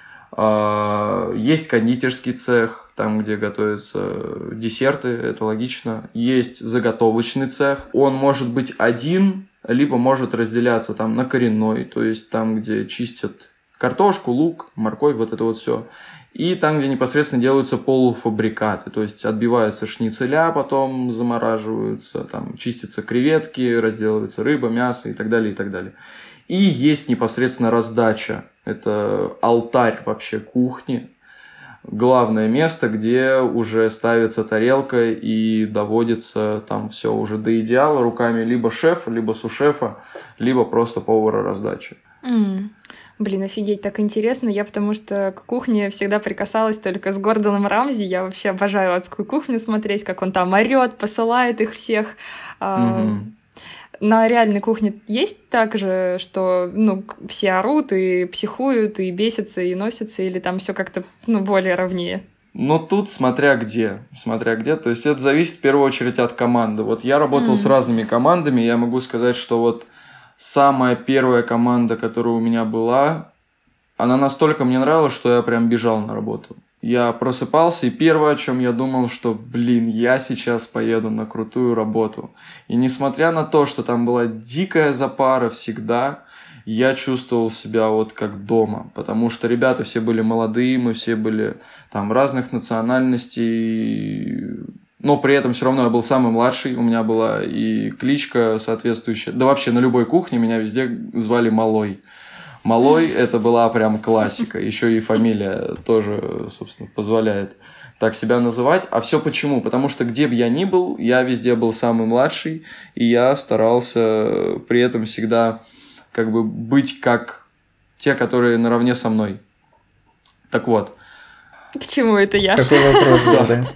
Есть кондитерский цех, там, где готовятся десерты, это логично. Есть заготовочный цех, он может быть один, либо может разделяться там на коренной, то есть там, где чистят картошку, лук, морковь, вот это вот все. И там, где непосредственно делаются полуфабрикаты, то есть отбиваются шницеля, потом замораживаются, там чистятся креветки, разделывается рыба, мясо и так далее, и так далее. И есть непосредственно раздача, это алтарь вообще кухни, главное место, где уже ставится тарелка и доводится там все уже до идеала руками либо шефа, либо сушефа, либо просто повара раздачи. Блин, офигеть, так интересно. Я потому что к кухне всегда прикасалась только с Гордоном Рамзи. Я вообще обожаю «Адскую кухню» смотреть, как он там орёт, посылает их всех. На реальной кухне есть так же, что все орут и психуют, и бесятся, и носятся, или там все как-то более ровнее? Но тут смотря где, то есть это зависит в первую очередь от команды. Вот я работал с разными командами, я могу сказать, что вот самая первая команда, которая у меня была, она настолько мне нравилась, что я прям бежал на работу. Я просыпался, и первое, о чем я думал, что, я сейчас поеду на крутую работу. И несмотря на то, что там была дикая запара всегда, я чувствовал себя вот как дома, потому что ребята все были молодые, мы все были там разных национальностей, но при этом все равно я был самый младший, у меня была и кличка соответствующая, да вообще на любой кухне меня везде звали Малой. Малой – это была прям классика, еще и фамилия тоже, собственно, позволяет так себя называть. А все почему? Потому что где бы я ни был, я везде был самый младший, и я старался при этом всегда как бы быть как те, которые наравне со мной. Так вот. К чему это я? Какой вопрос, да?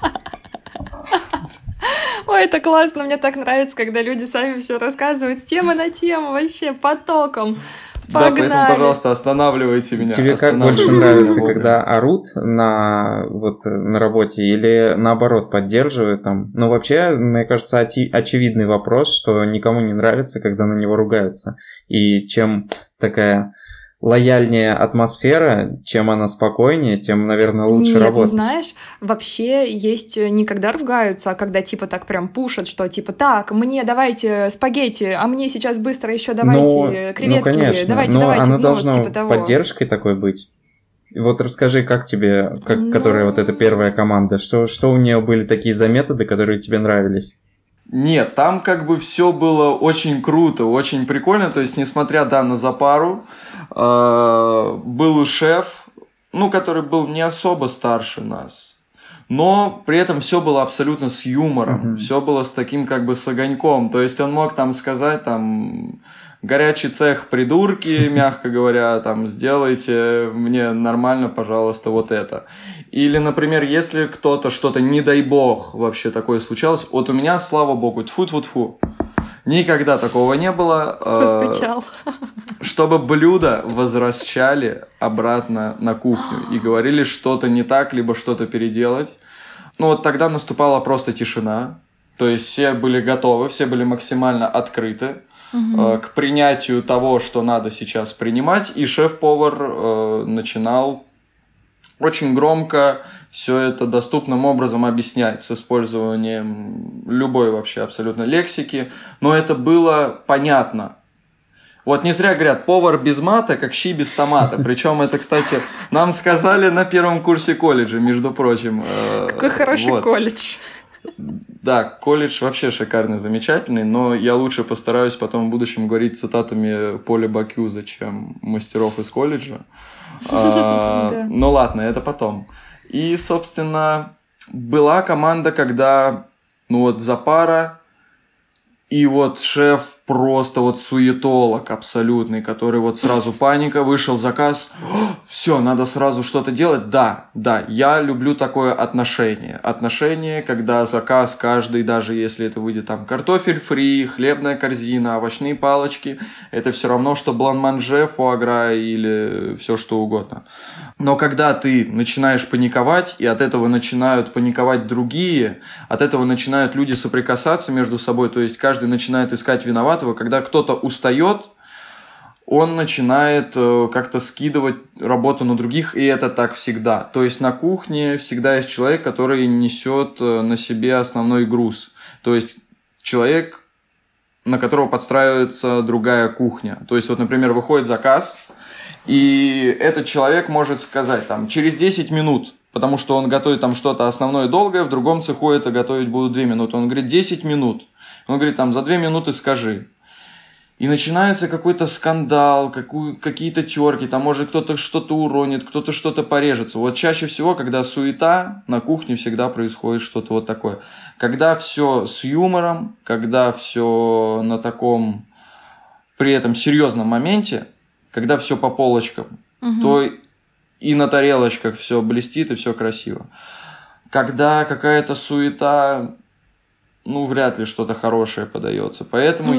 Ой, это классно, мне так нравится, когда люди сами все рассказывают с темы на тему, вообще потоком. Погнали. Да, поэтому, пожалуйста, останавливайте меня. Тебе как больше нравится, когда орут на работе или наоборот поддерживают там? Ну, вообще, мне кажется, очевидный вопрос, что никому не нравится, когда на него ругаются. И чем такая лояльнее атмосфера, чем она спокойнее, тем, наверное, лучше работать. Нет, знаешь, вообще есть не когда ругаются, а когда типа так прям пушат, что типа так, мне давайте спагетти, а мне сейчас быстро еще давайте креветки, конечно. давайте, оно должно типа того. поддержкой такой быть. Вот расскажи, как тебе, которая вот эта первая команда, что у нее были такие за методы, которые тебе нравились? Нет, там как бы все было очень круто, очень прикольно, то есть несмотря, на запару, был шеф, который был не особо старше нас, но при этом все было абсолютно с юмором, все было с таким как бы с огоньком, то есть он мог там сказать там... Горячий цех, придурки, мягко говоря, там, сделайте мне нормально, пожалуйста, вот это. Или, например, если кто-то что-то, не дай бог, вообще такое случалось, вот у меня, слава богу, тьфу-тьфу-тьфу, никогда такого не было. Постучал. Чтобы блюдо возвращали обратно на кухню и говорили что-то не так, либо что-то переделать. Вот тогда наступала просто тишина, то есть все были готовы, все были максимально открыты к принятию того, что надо сейчас принимать, и шеф-повар начинал очень громко все это доступным образом объяснять с использованием любой вообще абсолютно лексики, но это было понятно. Вот не зря говорят, повар без мата, как щи без томата. Причем это, кстати, нам сказали на первом курсе колледжа, между прочим. Какой хороший колледж. Да, колледж вообще шикарный, замечательный, но я лучше постараюсь потом в будущем говорить цитатами Поля Бакюза, чем мастеров из колледжа. Ну ладно, это потом. И, собственно, была команда, когда, Запара, и вот шеф просто вот суетолог абсолютный, который вот сразу паника, вышел заказ, все, надо сразу что-то делать. Да, я люблю такое отношение. Отношение, когда заказ каждый, даже если это выйдет там картофель фри, хлебная корзина, овощные палочки, это все равно, что блан-манже, фуагра или все что угодно. Но когда ты начинаешь паниковать, и от этого начинают паниковать другие, от этого начинают люди соприкасаться между собой, то есть каждый начинает искать виноватого, когда кто-то устает, он начинает как-то скидывать работу на других, и это так всегда. То есть на кухне всегда есть человек, который несет на себе основной груз. То есть человек, на которого подстраивается другая кухня. То есть вот, например, выходит заказ, и этот человек может сказать там через 10 минут, потому что он готовит там что-то основное долгое, в другом цеху это готовить будут 2 минуты. Он говорит 10 минут. Он говорит, там, за 2 минуты скажи. И начинается какой-то скандал, какие-то терки, там может кто-то что-то уронит, кто-то что-то порежется. Вот чаще всего, когда суета, на кухне всегда происходит что-то вот такое. Когда все с юмором, когда все на таком, при этом серьезном моменте, когда все по полочкам, то и на тарелочках все блестит и все красиво. Когда какая-то суета, вряд ли что-то хорошее подается. Поэтому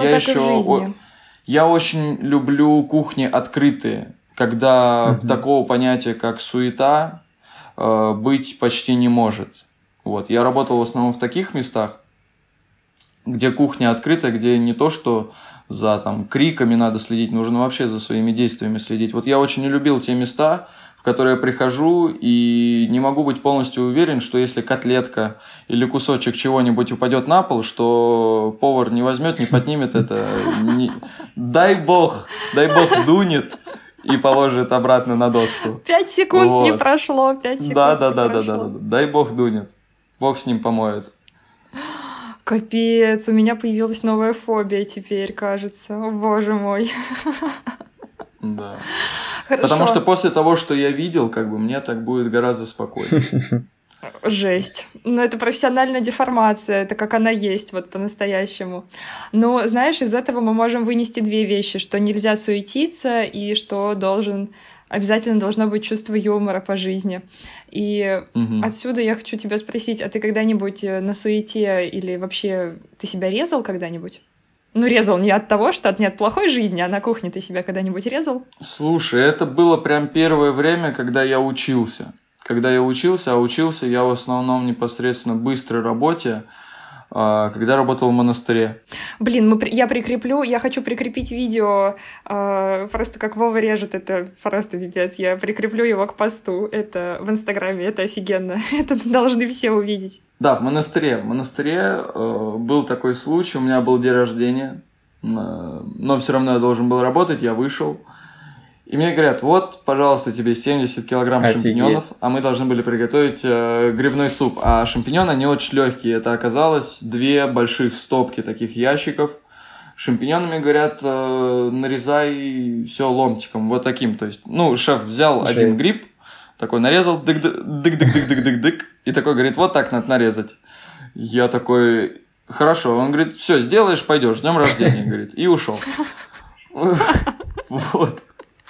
я очень люблю кухни открытые, когда такого понятия, как суета, быть почти не может. Вот. Я работал в основном в таких местах, где кухня открытая, где не то, что за криками надо следить, нужно вообще за своими действиями следить. Вот я очень не любил те места, в которые я прихожу и не могу быть полностью уверен, что если котлетка или кусочек чего-нибудь упадет на пол, что повар не возьмет, не поднимет это, дай бог дунет и положит обратно на доску. 5 секунд не прошло, 5 секунд Да, дай бог дунет, бог с ним помоет. Капец, у меня появилась новая фобия теперь, кажется. О, боже мой. Да. Хорошо. Потому что после того, что я видел, мне так будет гораздо спокойнее. Жесть. Это профессиональная деформация, это как она есть, вот по-настоящему. Но, знаешь, из этого мы можем вынести 2 вещи, что нельзя суетиться и что обязательно должно быть чувство юмора по жизни. И отсюда я хочу тебя спросить, а ты когда-нибудь на суете или вообще ты себя резал когда-нибудь? Резал не от того, что не от плохой жизни, а на кухне ты себя когда-нибудь резал? Слушай, это было прям первое время, когда я учился. А учился я в основном непосредственно быстрой работе, когда работал в монастыре. Блин, я хочу прикрепить видео, просто как Вова режет, это просто пипец, я прикреплю его к посту, это в Инстаграме, это офигенно, это должны все увидеть. Да, в монастыре был такой случай, у меня был день рождения, но все равно я должен был работать, я вышел. И мне говорят, вот, пожалуйста, тебе 70 килограмм шампиньонов, а мы должны были приготовить грибной суп. А шампиньоны, они очень легкие. Это оказалось 2 больших стопки таких ящиков. Шампиньонами, говорят, нарезай все ломтиком, вот таким. То есть, шеф взял один гриб, такой нарезал, дык-дык-дык-дык-дык-дык, и такой говорит, вот так надо нарезать. Я такой, хорошо. Он говорит, все, сделаешь, пойдешь, с днем рождения, говорит, и ушел. Вот.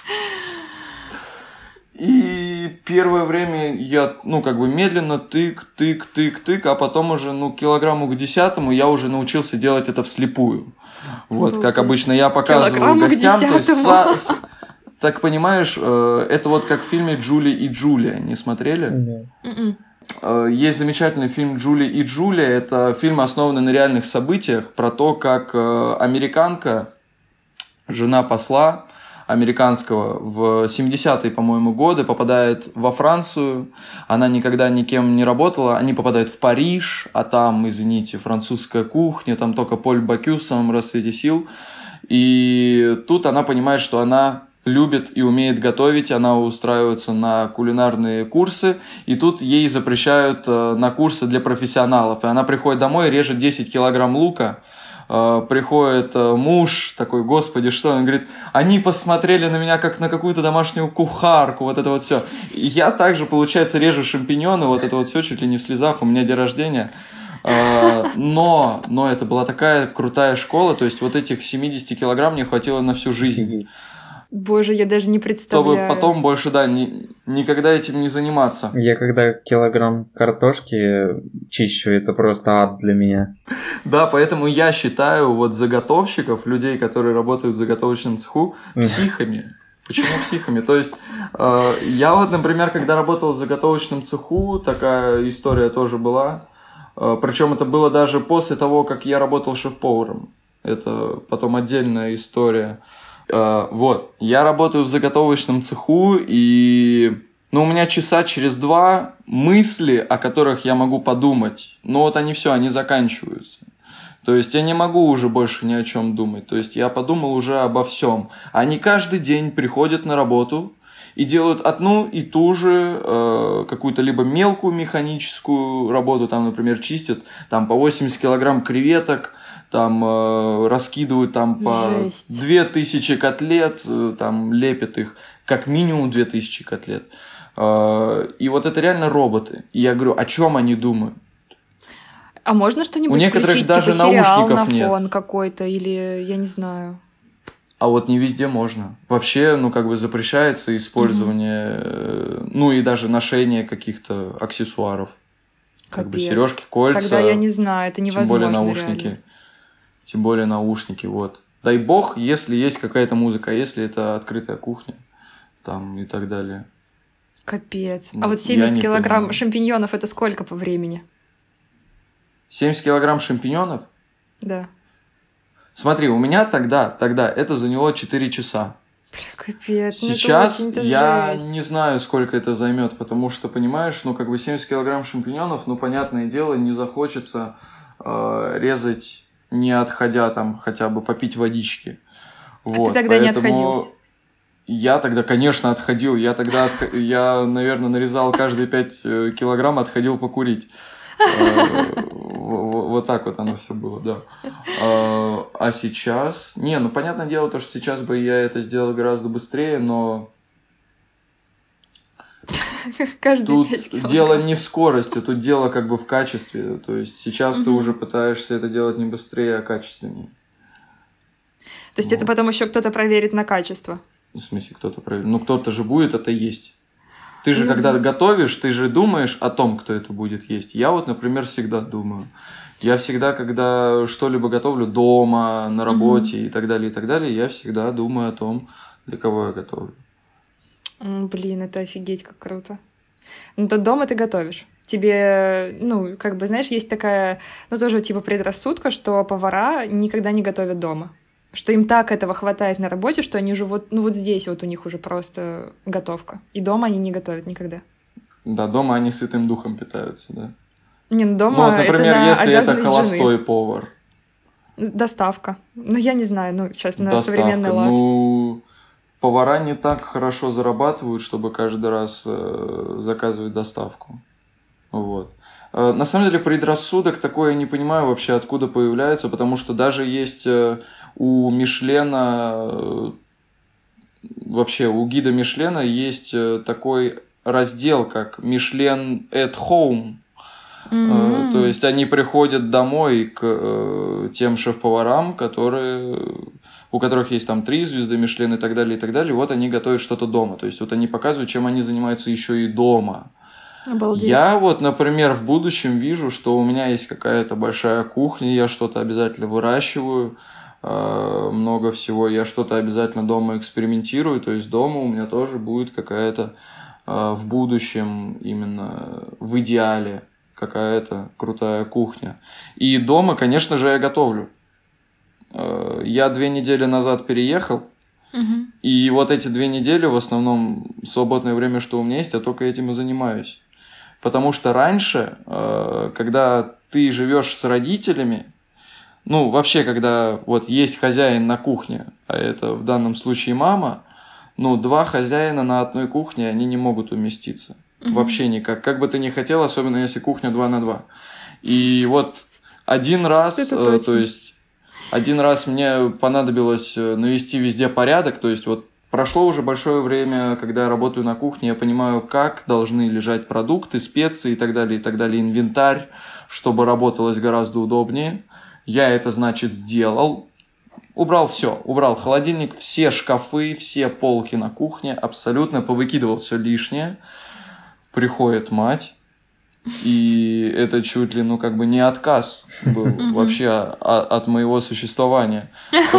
И первое время я, медленно тык, а потом уже, килограмму к 10-му я уже научился делать это вслепую. Вот, как обычно я показываю гостям. То есть, так понимаешь, это вот как в фильме «Джули и Джулия». Не смотрели? Есть замечательный фильм «Джули и Джулия». Это фильм, основанный на реальных событиях, про то, как американка, жена посла американского, в 70-е, по-моему, годы попадает во Францию. Она никогда никем не работала. Они попадают в Париж, а там, извините, французская кухня, там только Поль Бакю в самом расцвете сил. И тут она понимает, что она любит и умеет готовить, она устраивается на кулинарные курсы, и тут ей запрещают на курсы для профессионалов. И она приходит домой и режет 10 килограмм лука, приходит муж, такой, господи, что? Он говорит, они посмотрели на меня как на какую-то домашнюю кухарку, вот это вот все. И я также, получается, режу шампиньоны, вот это вот все чуть ли не в слезах, у меня день рождения. Но это была такая крутая школа, то есть вот этих 70 килограмм мне хватило на всю жизнь. Боже, я даже не представляю. Чтобы потом больше, да, никогда этим не заниматься. Я когда килограмм картошки чищу, это просто ад для меня. Да, поэтому я считаю вот заготовщиков, людей, которые работают в заготовочном цеху, психами. Почему психами? То есть я вот, например, когда работал в заготовочном цеху, такая история тоже была. Причем это было даже после того, как я работал шеф-поваром. Это потом отдельная история. Вот, я работаю в заготовочном цеху, и у меня часа через 2 мысли, о которых я могу подумать, но вот они все, они заканчиваются. То есть я не могу уже больше ни о чем думать. То есть я подумал уже обо всем. Они каждый день приходят на работу и делают одну и ту же какую-то либо мелкую механическую работу, там, например, чистят там, по 80 килограмм креветок, там раскидывают там, по 2000 котлет, там лепят их, как минимум 2000 котлет. И вот это реально роботы. И я говорю, о чем они думают? А можно что-нибудь У некоторых включить, даже типа сериал на наушников фон нет. какой-то, или я не знаю. А вот не везде можно. Вообще, запрещается использование, и даже ношение каких-то аксессуаров. Как бы сережки, кольца. Тогда я не знаю, это невозможно. Тем более наушники. Реально. Тем более наушники, вот. Дай бог, если есть какая-то музыка, а если это открытая кухня, там и так далее. Капец. А вот 70 килограмм шампиньонов, это сколько по времени? 70 килограмм шампиньонов? Да. Смотри, у меня тогда это заняло 4 часа. Капец, сейчас это я жесть. Не знаю, сколько это займет, потому что, понимаешь, 70 килограмм шампиньонов, понятное дело, не захочется резать, не отходя там хотя бы попить водички. Вот, ты тогда не отходил? Я тогда, конечно, отходил. Я, наверное, нарезал каждые 5 килограмм, отходил покурить. Вот так вот оно все было, да. А сейчас... понятное дело, что сейчас бы я это сделал гораздо быстрее, но... Тут дело не в скорости, тут дело как бы в качестве. То есть сейчас ты уже пытаешься это делать не быстрее, а качественнее. То есть это потом еще кто-то проверит на качество? В смысле, кто-то проверит? Кто-то же будет это есть. Ты же, когда готовишь, ты же думаешь о том, кто это будет есть. Я вот, например, всегда думаю. Я всегда, когда что-либо готовлю дома, на работе и так далее, я всегда думаю о том, для кого я готовлю. Блин, это офигеть, как круто. То дома ты готовишь. Тебе, знаешь, есть такая, тоже типа предрассудка, что повара никогда не готовят дома. Что им так этого хватает на работе, что они живут, вот здесь вот у них уже просто готовка. И дома они не готовят никогда. Да, дома они святым духом питаются, да. Дома например, это если это жены. холостой повар. Доставка. Я не знаю, сейчас на современный лад. Повара не так хорошо зарабатывают, чтобы каждый раз заказывать доставку. Вот. На самом деле предрассудок такой, я не понимаю вообще, откуда появляется, потому что даже есть у Мишлена, вообще у гида Мишлена есть такой раздел, как Мишлен at Home. То есть они приходят домой к тем шеф-поварам, у которых есть там 3 звезды Мишлен и так далее, и так далее. Вот они готовят что-то дома. То есть вот они показывают, чем они занимаются еще и дома. Обалдеть. Я вот, например, в будущем вижу, что у меня есть какая-то большая кухня, я что-то обязательно выращиваю, много всего, я что-то обязательно дома экспериментирую, то есть дома у меня тоже будет какая-то в будущем, именно в идеале, какая-то крутая кухня. И дома, конечно же, я готовлю. Я 2 недели назад переехал, и вот эти 2 недели, в основном свободное время, что у меня есть, я только этим и занимаюсь. Потому что раньше, когда ты живешь с родителями, вообще, когда вот есть хозяин на кухне, а это в данном случае мама, 2 хозяина на одной кухне, они не могут уместиться. Вообще никак. Как бы ты ни хотел, особенно если кухня 2 на 2. И вот один раз, то есть Один раз мне понадобилось навести везде порядок, то есть вот прошло уже большое время, когда я работаю на кухне, я понимаю, как должны лежать продукты, специи и так далее, инвентарь, чтобы работалось гораздо удобнее. Я это, значит, сделал. Убрал все, убрал холодильник, все шкафы, все полки на кухне, абсолютно повыкидывал все лишнее. Приходит мать, и это чуть ли, не отказ был вообще от моего существования.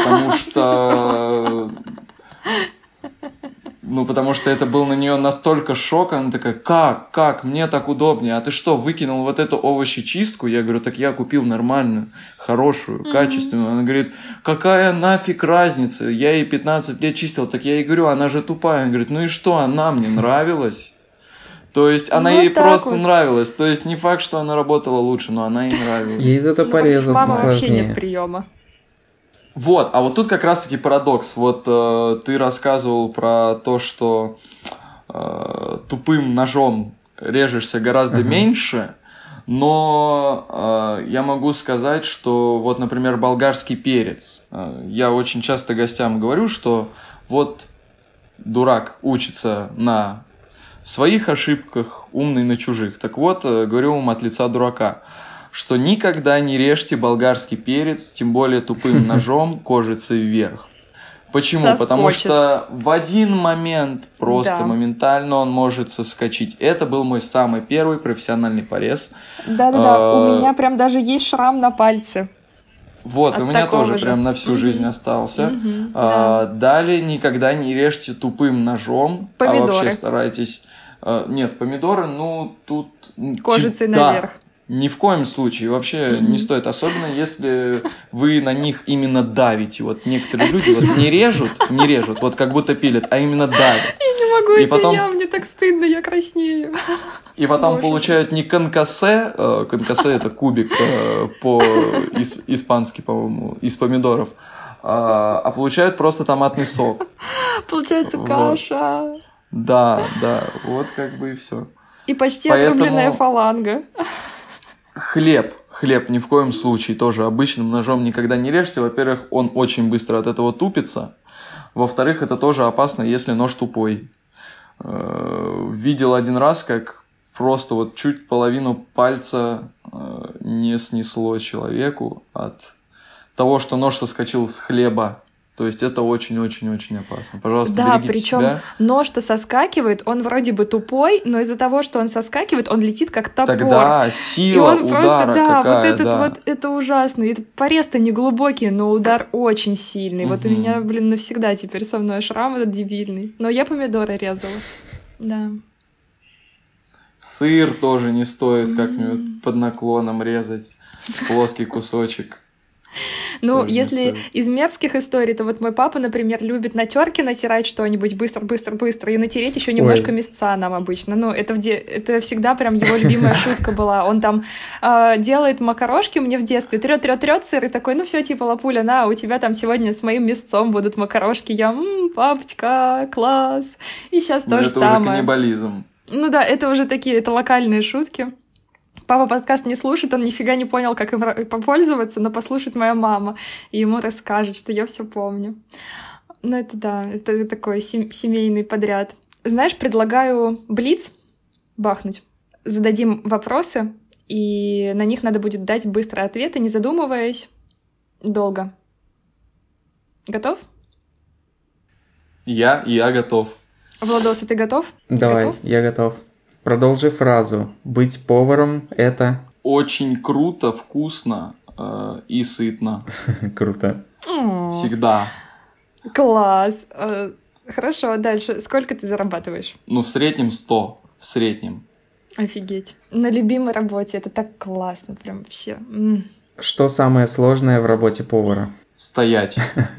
Потому что это был на нее настолько шок, она такая, как, мне так удобнее, а ты что, выкинул вот эту овощечистку? Я говорю, так я купил нормальную, хорошую, качественную. Она говорит, какая нафиг разница, я ей 15 лет чистил, так я ей говорю, она же тупая. Она говорит, ну и что, она мне нравилась. То есть она ей просто нравилась, то есть не факт, что она работала лучше, но она ей нравилась. Ей зато порезаться сложнее. Вообще нет приема. Вот, а вот тут как раз-таки парадокс. Вот ты рассказывал про то, что тупым ножом режешься гораздо меньше, но я могу сказать, что вот, например, болгарский перец. Я очень часто гостям говорю, что вот дурак учится на своих ошибках, умный на чужих. Так вот, говорю вам от лица дурака, что никогда не режьте болгарский перец, тем более тупым ножом, кожицей вверх. Почему? Соскочит. Потому что в один момент просто моментально он может соскочить. Это был мой самый первый профессиональный порез. Да-да-да, у меня прям даже есть шрам на пальце. Вот, у меня тоже прям на всю жизнь остался. Далее никогда не режьте тупым ножом. Помидоры. А вообще старайтесь... Нет, помидоры, тут... Кожицей наверх. Ни в коем случае. Вообще не стоит. Особенно, если вы на них именно давите. Вот некоторые люди вот не режут, вот как будто пилят, а именно давят. Я не могу, мне так стыдно, я краснею. И потом получают не конкассе, конкассе это кубик по-испански, по-моему, из помидоров, а получают просто томатный сок. Получается каша. Да, вот как бы и все. И почти отрубленная фаланга. Хлеб ни в коем случае тоже обычным ножом никогда не режьте. Во-первых, он очень быстро от этого тупится. Во-вторых, это тоже опасно, если нож тупой. Видел один раз, как просто вот чуть половину пальца не снесло человеку от того, что нож соскочил с хлеба. То есть это очень-очень-очень опасно. Пожалуйста, берегите причем себя. Нож-то соскакивает, он вроде бы тупой, но из-за того, что он соскакивает, он летит как топор. Тогда сила удара какая, это ужасно. И порез-то не глубокий, но удар очень сильный. Вот у меня, навсегда теперь со мной шрам этот дебильный. Но я помидоры резала. Да. Сыр тоже не стоит как-нибудь под наклоном резать. Плоский кусочек. Ну, если из мерзких историй, то вот мой папа, например, любит на терке натирать что-нибудь быстро и натереть еще немножко мясца нам обычно. Ну, это всегда прям его любимая шутка была. Он там делает макарошки мне в детстве, трет сыр и такой, ну все, типа, лапуля, на, у тебя там сегодня с моим мясцом будут макарошки. Я, папочка, класс. И сейчас то же самое. Это уже каннибализм. Ну да, это уже это локальные шутки. Папа подкаст не слушает, он нифига не понял, как им попользоваться, но послушает моя мама, и ему расскажет, что я все помню. Ну это такой семейный подряд. Знаешь, предлагаю блиц бахнуть. Зададим вопросы, и на них надо будет дать быстрые ответы, не задумываясь долго. Готов? Я готов. Владос, а ты готов? Давай, я готов. Продолжи фразу. Быть поваром – это… Очень круто, вкусно и сытно. Круто. Всегда. Класс. Хорошо, дальше. Сколько ты зарабатываешь? В среднем 100. В среднем. Офигеть. На любимой работе. Это так классно. Прям вообще. Что самое сложное в работе повара? Стоять.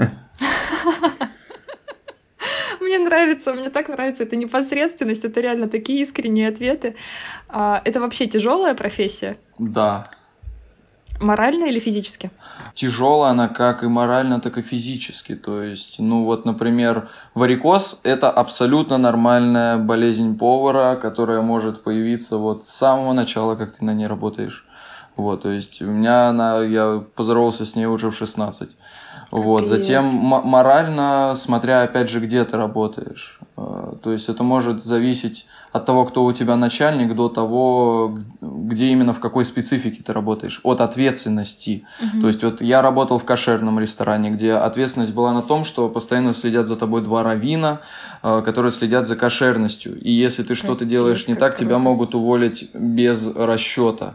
Мне так нравится эта непосредственность, это реально такие искренние ответы. Это вообще тяжелая профессия? Да. Морально или физически? Тяжелая она как и морально, так и физически. То есть, например, варикоз – это абсолютно нормальная болезнь повара, которая может появиться вот с самого начала, как ты на ней работаешь. Вот, то есть я поздоровался с ней уже в 16. Вот, Капец. затем морально, смотря опять же, где ты работаешь. То есть это может зависеть от того, кто у тебя начальник, до того, где именно в какой специфике ты работаешь, от ответственности. То есть вот я работал в кошерном ресторане, где ответственность была на том, что постоянно следят за тобой 2 раввина, которые следят за кошерностью. И если ты что-то делаешь не так, тебя могут уволить без расчета.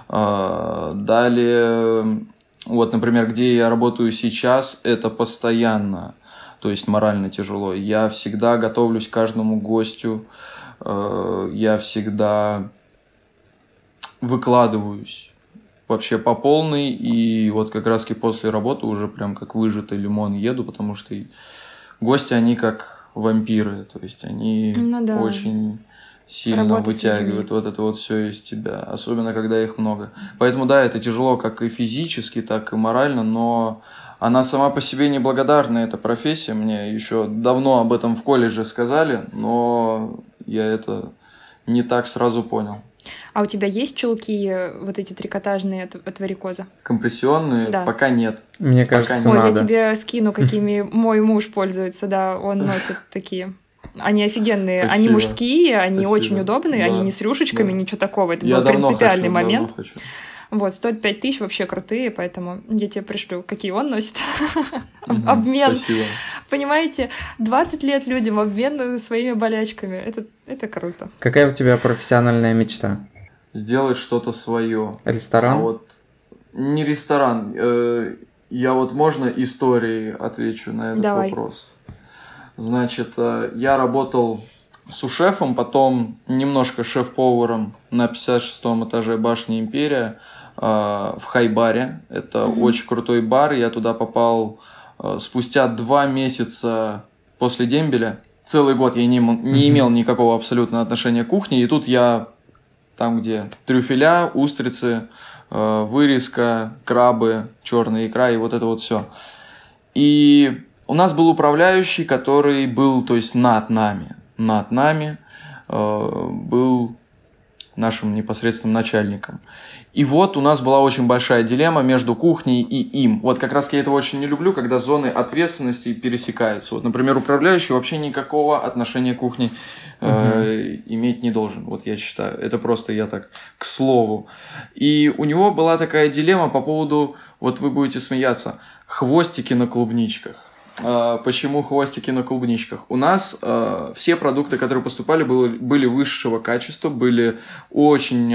Далее, вот, например, где я работаю сейчас, это постоянно, то есть морально тяжело. Я всегда готовлюсь к каждому гостю, я всегда выкладываюсь вообще по полной, и вот как раз после работы уже прям как выжатый лимон еду, потому что гости, они как вампиры, то есть они очень сильно вытягивают вот это вот все из тебя, особенно когда их много. Поэтому да, это тяжело как и физически, так и морально, но она сама по себе неблагодарная, эта профессия. Мне еще давно об этом в колледже сказали, но я это не так сразу понял. А у тебя есть чулки вот эти трикотажные от варикоза? Компрессионные? Да. Пока нет. Мне кажется, надо. Ой, я тебе скину, какими мой муж пользуется, да, он носит такие. Они офигенные, Спасибо. Они мужские, они Спасибо. очень удобные, Да. Они не с рюшечками, Да. ничего такого. Это я был принципиальный момент. Давно хочу. Вот, стоит 5000, вообще крутые, поэтому я тебе пришлю, какие он носит. Обмен. Спасибо. Понимаете, 20 лет людям обмен своими болячками. Это круто. Какая у тебя профессиональная мечта? Сделать что-то свое. Ресторан? А вот не ресторан. Я вот можно историей отвечу на этот вопрос. Значит, я работал су-шефом, потом немножко шеф-поваром на 56-м этаже башни Империя в Хай-баре. Это очень крутой бар. Я туда попал спустя 2 месяца после дембеля. Целый год я не имел никакого абсолютно отношения к кухне. И тут я там, где трюфеля, устрицы, вырезка, крабы, черная икра и вот это вот все. И у нас был управляющий, который был, то есть, над нами, был нашим непосредственным начальником. И вот у нас была очень большая дилемма между кухней и им. Вот как раз я этого очень не люблю, когда зоны ответственности пересекаются. Вот, например, управляющий вообще никакого отношения к кухне иметь не должен. Вот я считаю. Это просто я так к слову. И у него была такая дилемма по поводу, вот вы будете смеяться, хвостики на клубничках. Почему хвостики на клубничках? У нас все продукты, которые поступали, были высшего качества, были очень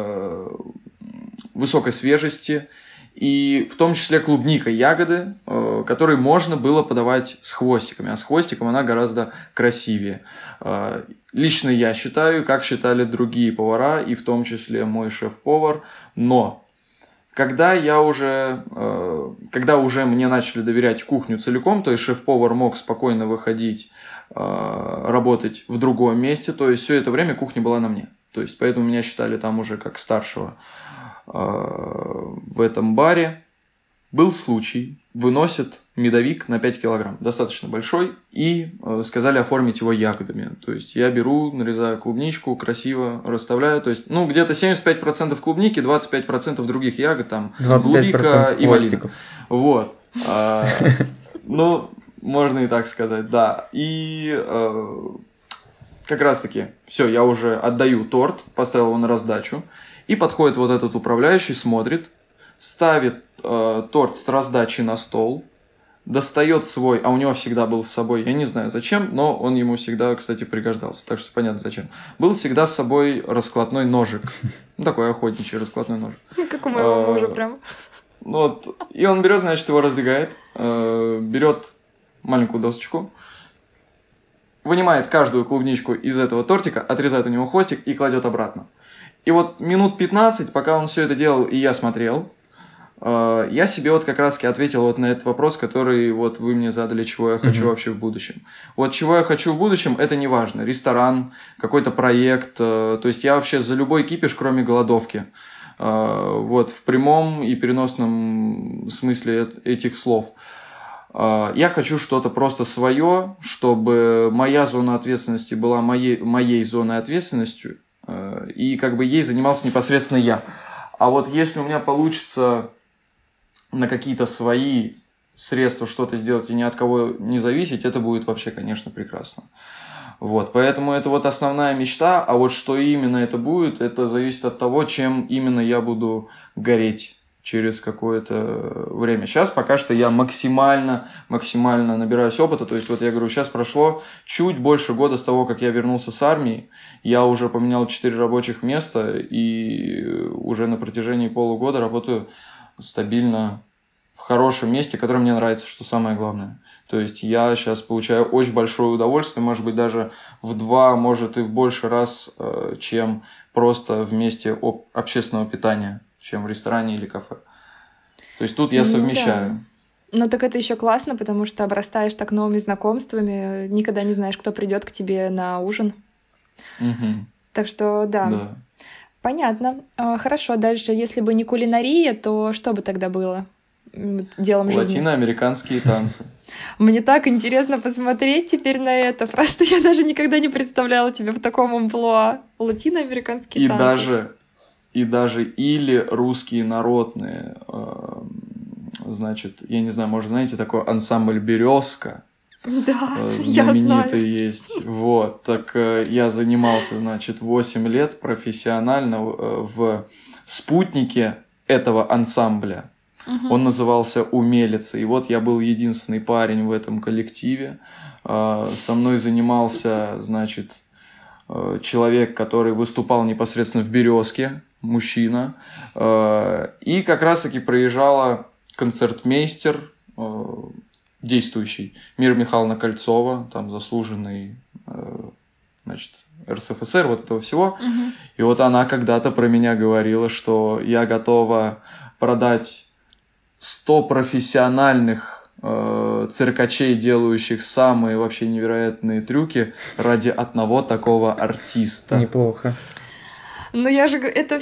высокой свежести, и в том числе клубника, ягоды, которые можно было подавать с хвостиками, а с хвостиком она гораздо красивее. Лично я считаю, как считали другие повара, и в том числе мой шеф-повар, но когда уже мне начали доверять кухню целиком, то есть шеф-повар мог спокойно выходить, работать в другом месте, то есть все это время кухня была на мне. То есть поэтому меня считали там уже как старшего в этом баре. Был случай, выносят медовик на 5 килограмм, достаточно большой, и сказали оформить его ягодами. То есть я беру, нарезаю клубничку, красиво расставляю. То есть, где-то 75% клубники, 25% других ягод, там, голубика и малина. Вот. Можно и так сказать, да. И как раз-таки, все, я уже отдаю торт, поставил его на раздачу, и подходит вот этот управляющий, смотрит, ставит торт с раздачи на стол, достает свой, а у него всегда был с собой, я не знаю зачем, но он ему всегда, кстати, пригождался, так что понятно зачем. Был всегда с собой раскладной ножик, такой охотничий раскладной ножик. Как у моего мужа прям. И он берет, значит, его раздвигает, берет маленькую досочку, вынимает каждую клубничку из этого тортика, отрезает у него хвостик и кладет обратно. И вот минут 15, пока он все это делал, и я смотрел, я себе вот как раз-таки ответил вот на этот вопрос, который вот вы мне задали, чего я хочу вообще в будущем. Вот чего я хочу в будущем, это не важно. Ресторан, какой-то проект, то есть я вообще за любой кипиш, кроме голодовки. Вот в прямом и переносном смысле этих слов. Я хочу что-то просто свое, чтобы моя зона ответственности была моей зоной ответственностью, и как бы ей занимался непосредственно я. А вот если у меня получится на какие-то свои средства что-то сделать и ни от кого не зависеть, это будет вообще, конечно, прекрасно. Вот, поэтому это вот основная мечта, а вот что именно это будет, это зависит от того, чем именно я буду гореть через какое-то время. Сейчас пока что я максимально набираюсь опыта, то есть вот я говорю, сейчас прошло чуть больше года с того, как я вернулся с армии, я уже поменял 4 рабочих места и уже на протяжении полугода работаю стабильно в хорошем месте, которое мне нравится, что самое главное. То есть я сейчас получаю очень большое удовольствие, может быть, даже в 2, может и в больше раз, чем просто в месте общественного питания, чем в ресторане или кафе. То есть тут я совмещаю. Да. Ну так это еще классно, потому что обрастаешь так новыми знакомствами, никогда не знаешь, кто придет к тебе на ужин. Угу. Так что да. Понятно. Хорошо, дальше, если бы не кулинария, то что бы тогда было делом жизни? Латиноамериканские танцы. Мне так интересно посмотреть теперь на это. Просто я даже никогда не представляла тебя в таком амплуа. Латиноамериканские танцы. Или русские народные. Значит, я не знаю, может, знаете, такой ансамбль «Березка». Да, знаменитый я знаю. есть. Вот, так я занимался, значит, 8 лет профессионально в спутнике этого ансамбля. Он назывался «Умелица». И вот я был единственный парень в этом коллективе. Со мной занимался, значит, человек, который выступал непосредственно в «Березке», мужчина. И как раз-таки проезжала концертмейстер, действующий, Мира Михайловна Кольцова, там заслуженный, значит, РСФСР, вот этого всего. И вот она когда-то про меня говорила, что я готова продать 100 профессиональных циркачей, делающих самые вообще невероятные трюки ради одного такого артиста. Неплохо. Ну я же это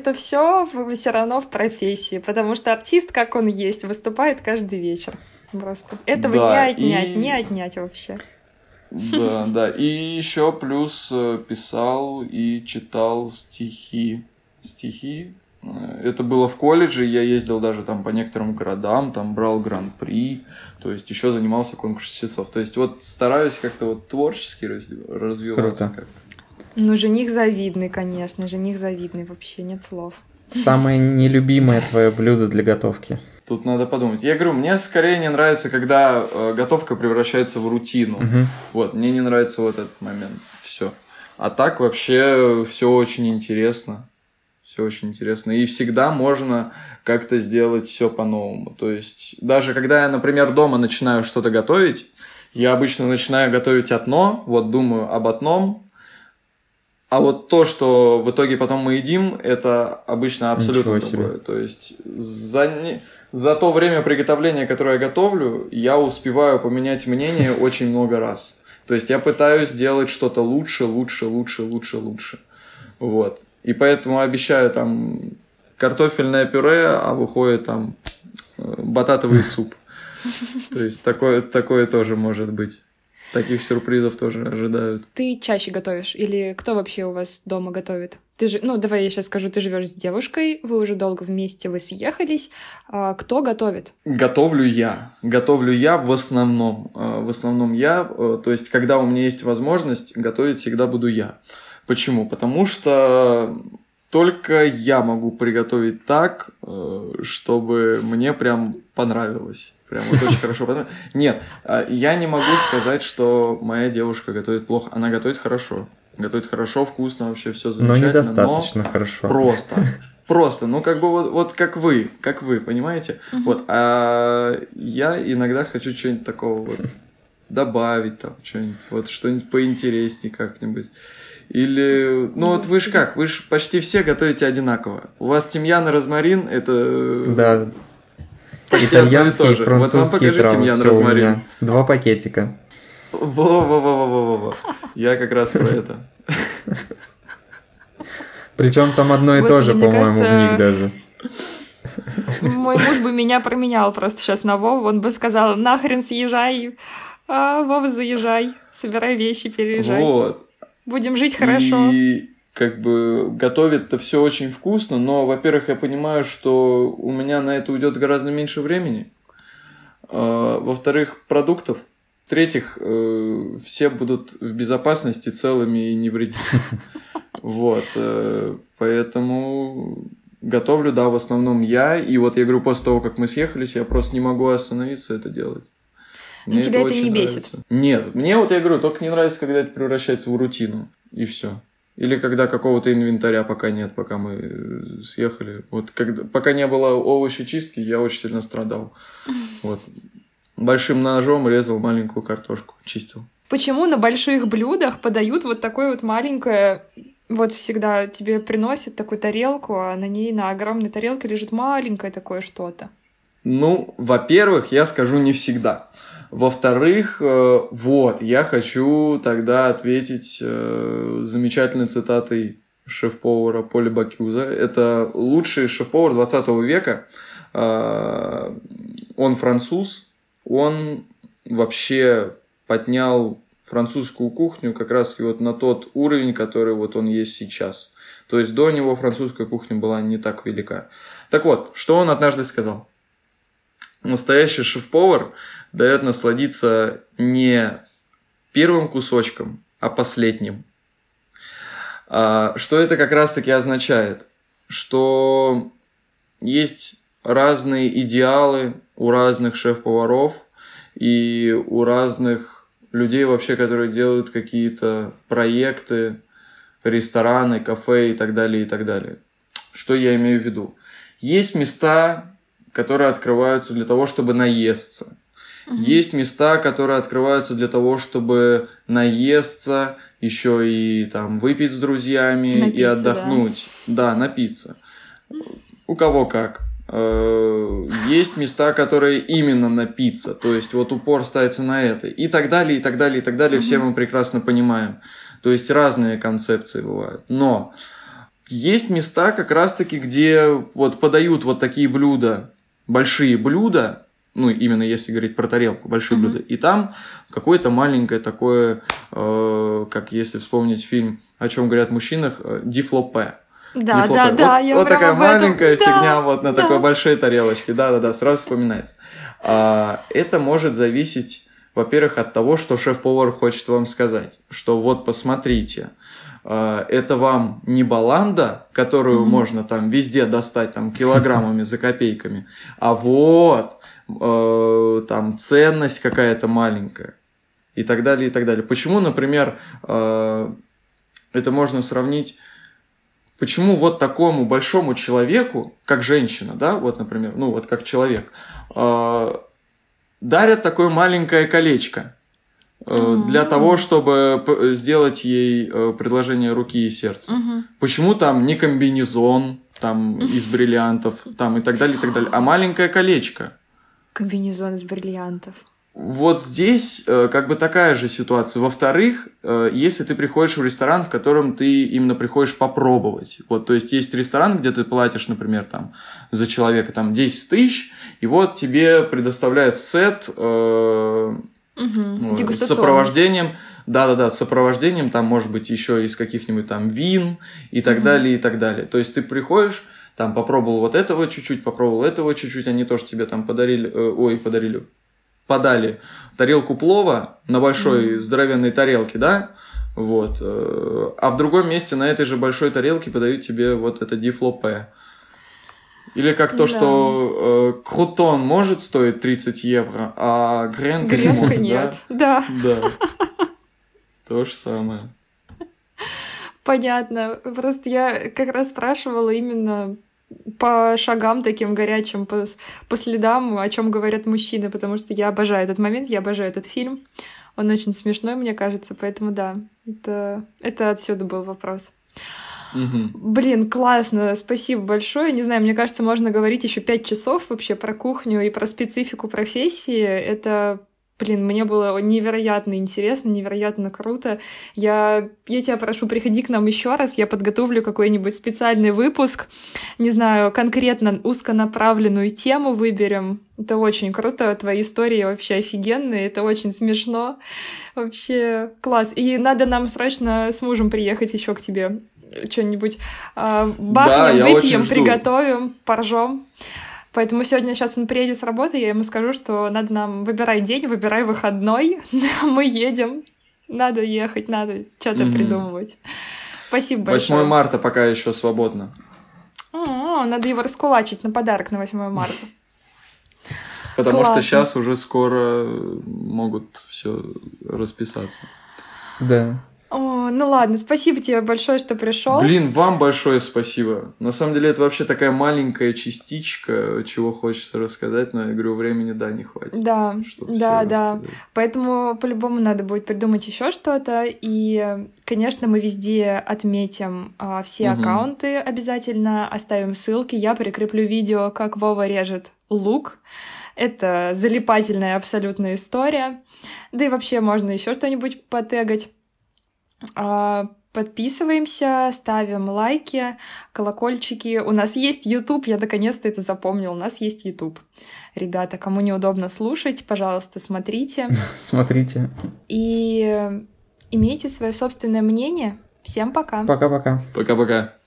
все равно в профессии, потому что артист, как он есть, выступает каждый вечер. Просто. Этого не отнять вообще. Да. И еще плюс писал и читал стихи. Это было в колледже, я ездил даже там по некоторым городам, там брал гран-при, то есть еще занимался конкурсом часов. То есть вот стараюсь как-то вот творчески развиваться. Круто. Ну, жених завидный, конечно, вообще нет слов. Самое нелюбимое твое блюдо для готовки? Тут надо подумать. Я говорю, мне скорее не нравится, когда готовка превращается в рутину. Вот, мне не нравится вот этот момент. Все. А так вообще все очень интересно. И всегда можно как-то сделать все по-новому. То есть, даже когда я, например, дома начинаю что-то готовить, я обычно начинаю готовить одно, вот думаю об одном, а вот то, что в итоге потом мы едим, это обычно абсолютно другое. То есть, за то время приготовления, которое я готовлю, я успеваю поменять мнение очень много раз. То есть, я пытаюсь сделать что-то лучше. Вот. И поэтому обещаю там картофельное пюре, а выходит там бататовый суп. То есть такое тоже может быть. Таких сюрпризов тоже ожидают. Ты чаще готовишь? Или кто вообще у вас дома готовит? Ты же, давай я сейчас скажу, ты живешь с девушкой, вы уже долго вместе, вы съехались. Кто готовит? Готовлю я в основном. В основном я, то есть когда у меня есть возможность, готовить всегда буду я. Почему? Потому что только я могу приготовить так, чтобы мне прям понравилось. Прям вот очень хорошо понравилось. Нет, я не могу сказать, что моя девушка готовит плохо. Она готовит хорошо. Готовит хорошо, вкусно, вообще все замечательно. Но недостаточно хорошо. Просто, как бы вот как вы, понимаете? Вот, а я иногда хочу что-нибудь такого вот добавить, там, что-нибудь поинтереснее как-нибудь. Или, вот вы же как, вы же почти все готовите одинаково. У вас тимьян и розмарин, это... Да, итальянские и французские травы, все у меня. 2 пакетика. Во. Я как раз про это. Причем там одно и то же, по-моему, в них даже. Мой муж бы меня променял просто сейчас на Вову, он бы сказал, нахрен съезжай, Вов, заезжай, собирай вещи, переезжай. Вот. Будем жить хорошо. И как бы готовит-то все очень вкусно, но, во-первых, я понимаю, что у меня на это уйдет гораздо меньше времени. Во-вторых, продуктов. В-третьих, все будут в безопасности, целыми и невредимыми. Вот, поэтому готовлю, да, в основном я. И вот я говорю, после того, как мы съехались, я просто не могу остановиться это делать. Мне тебя это не бесит? Нравится. Нет, мне вот я говорю, только не нравится, когда это превращается в рутину, и все. Или когда какого-то инвентаря пока нет, пока мы съехали. Вот пока не было овощечистки, я очень сильно страдал. Вот. Большим ножом резал маленькую картошку, чистил. Почему на больших блюдах подают вот такое вот маленькое... Вот всегда тебе приносят такую тарелку, а на ней на огромной тарелке лежит маленькое такое что-то? Ну, во-первых, я скажу не всегда. Во-вторых, вот, я хочу тогда ответить замечательной цитатой шеф-повара Поля Бакюза. Это лучший шеф-повар 20 века. Он француз. Он вообще поднял французскую кухню как раз вот на тот уровень, который вот он есть сейчас. То есть до него французская кухня была не так велика. Так вот, что он однажды сказал? Настоящий шеф-повар дает насладиться не первым кусочком, а последним. Что это как раз-таки означает? Что есть разные идеалы у разных шеф-поваров и у разных людей вообще, которые делают какие-то проекты, рестораны, кафе и так далее, и так далее. Что я имею в виду? Есть места, которые открываются для того, чтобы наесться. Есть места, которые открываются для того, чтобы наесться, еще и там выпить с друзьями, напиться, и отдохнуть. Да, напиться. У кого как. Есть места, которые именно напиться, то есть вот упор ставится на это. И так далее, и так далее, и так далее. Все мы прекрасно понимаем. То есть разные концепции бывают. Но есть места как раз-таки, где вот подают вот такие блюда, большие блюда, ну, именно если говорить про тарелку, большие блюда, и там какое-то маленькое такое, как если вспомнить фильм «О чем говорят мужчины», дифлопе. Да, я вот такая маленькая этом... фигня вот на такой большой тарелочке, да, сразу вспоминается. Это может зависеть, во-первых, от того, что шеф-повар хочет вам сказать, что вот посмотрите, это вам не баланда, которую можно там везде достать там килограммами за копейками, а вот там ценность какая-то маленькая и так далее, и так далее. Почему, например, это можно сравнить, почему вот такому большому человеку, как женщина, да, вот, например, ну вот как человек, дарят такое маленькое колечко для того, чтобы сделать ей предложение руки и сердца. Почему там не комбинезон там из бриллиантов там и так далее, а маленькое колечко? Комбинезон из бриллиантов. Вот здесь как бы такая же ситуация. Во-вторых, если ты приходишь в ресторан, в котором ты именно приходишь попробовать. Вот, то есть есть ресторан, где ты платишь, например, там, за человека там, 10 тысяч, и вот тебе предоставляют сет с сопровождением. Да, с сопровождением, там может быть еще из каких-нибудь там вин и так далее, и так далее. То есть ты приходишь, там попробовал вот этого чуть-чуть, попробовал этого чуть-чуть, они тоже тебе там подали тарелку плова на большой здоровенной тарелке, да, вот, а в другом месте на этой же большой тарелке подают тебе вот это дифлопе. Или как то, что крутон может стоить 30 евро, а гренка не может, нет, да? Да. То же самое. Понятно. Просто я как раз спрашивала именно по шагам таким горячим, по следам, о чем говорят мужчины, потому что я обожаю этот момент, я обожаю этот фильм. Он очень смешной, мне кажется, поэтому да, это отсюда был вопрос. Блин, классно, спасибо большое. Не знаю, мне кажется, можно говорить еще 5 часов вообще про кухню и про специфику профессии. Это, блин, мне было невероятно интересно, невероятно круто. Я тебя прошу, приходи к нам еще раз, я подготовлю какой-нибудь специальный выпуск. Не знаю, конкретно узконаправленную тему выберем. Это очень круто, твои истории вообще офигенные, это очень смешно. Вообще класс. И надо нам срочно с мужем приехать еще к тебе. что-нибудь Да, бахнем, я очень выпьем, жду. приготовим, поржем. Поэтому сегодня, сейчас он приедет с работы, я ему скажу, что надо нам выбирай день, выбирай выходной, мы едем, надо ехать, надо что-то придумывать. Спасибо 8 большое. марта пока еще свободно. Надо его раскулачить на подарок на 8 марта. Потому Классно. что сейчас уже скоро могут все расписаться. Да. Ну ладно, спасибо тебе большое, что пришел. Блин, вам большое спасибо. На самом деле это вообще такая маленькая частичка, чего хочется рассказать, но я говорю, времени не хватит. Да, чтобы всё да. рассказать. Поэтому по-любому надо будет придумать еще что-то. И, конечно, мы везде отметим все аккаунты обязательно, оставим ссылки. Я прикреплю видео, как Вова режет лук. Это залипательная абсолютная история. Да и вообще можно еще что-нибудь потегать. Подписываемся, ставим лайки, колокольчики. У нас есть YouTube, я наконец-то это запомнила. У нас есть YouTube. Ребята, кому неудобно слушать, пожалуйста, смотрите. Смотрите. И имейте свое собственное мнение. Всем пока. Пока-пока. Пока-пока.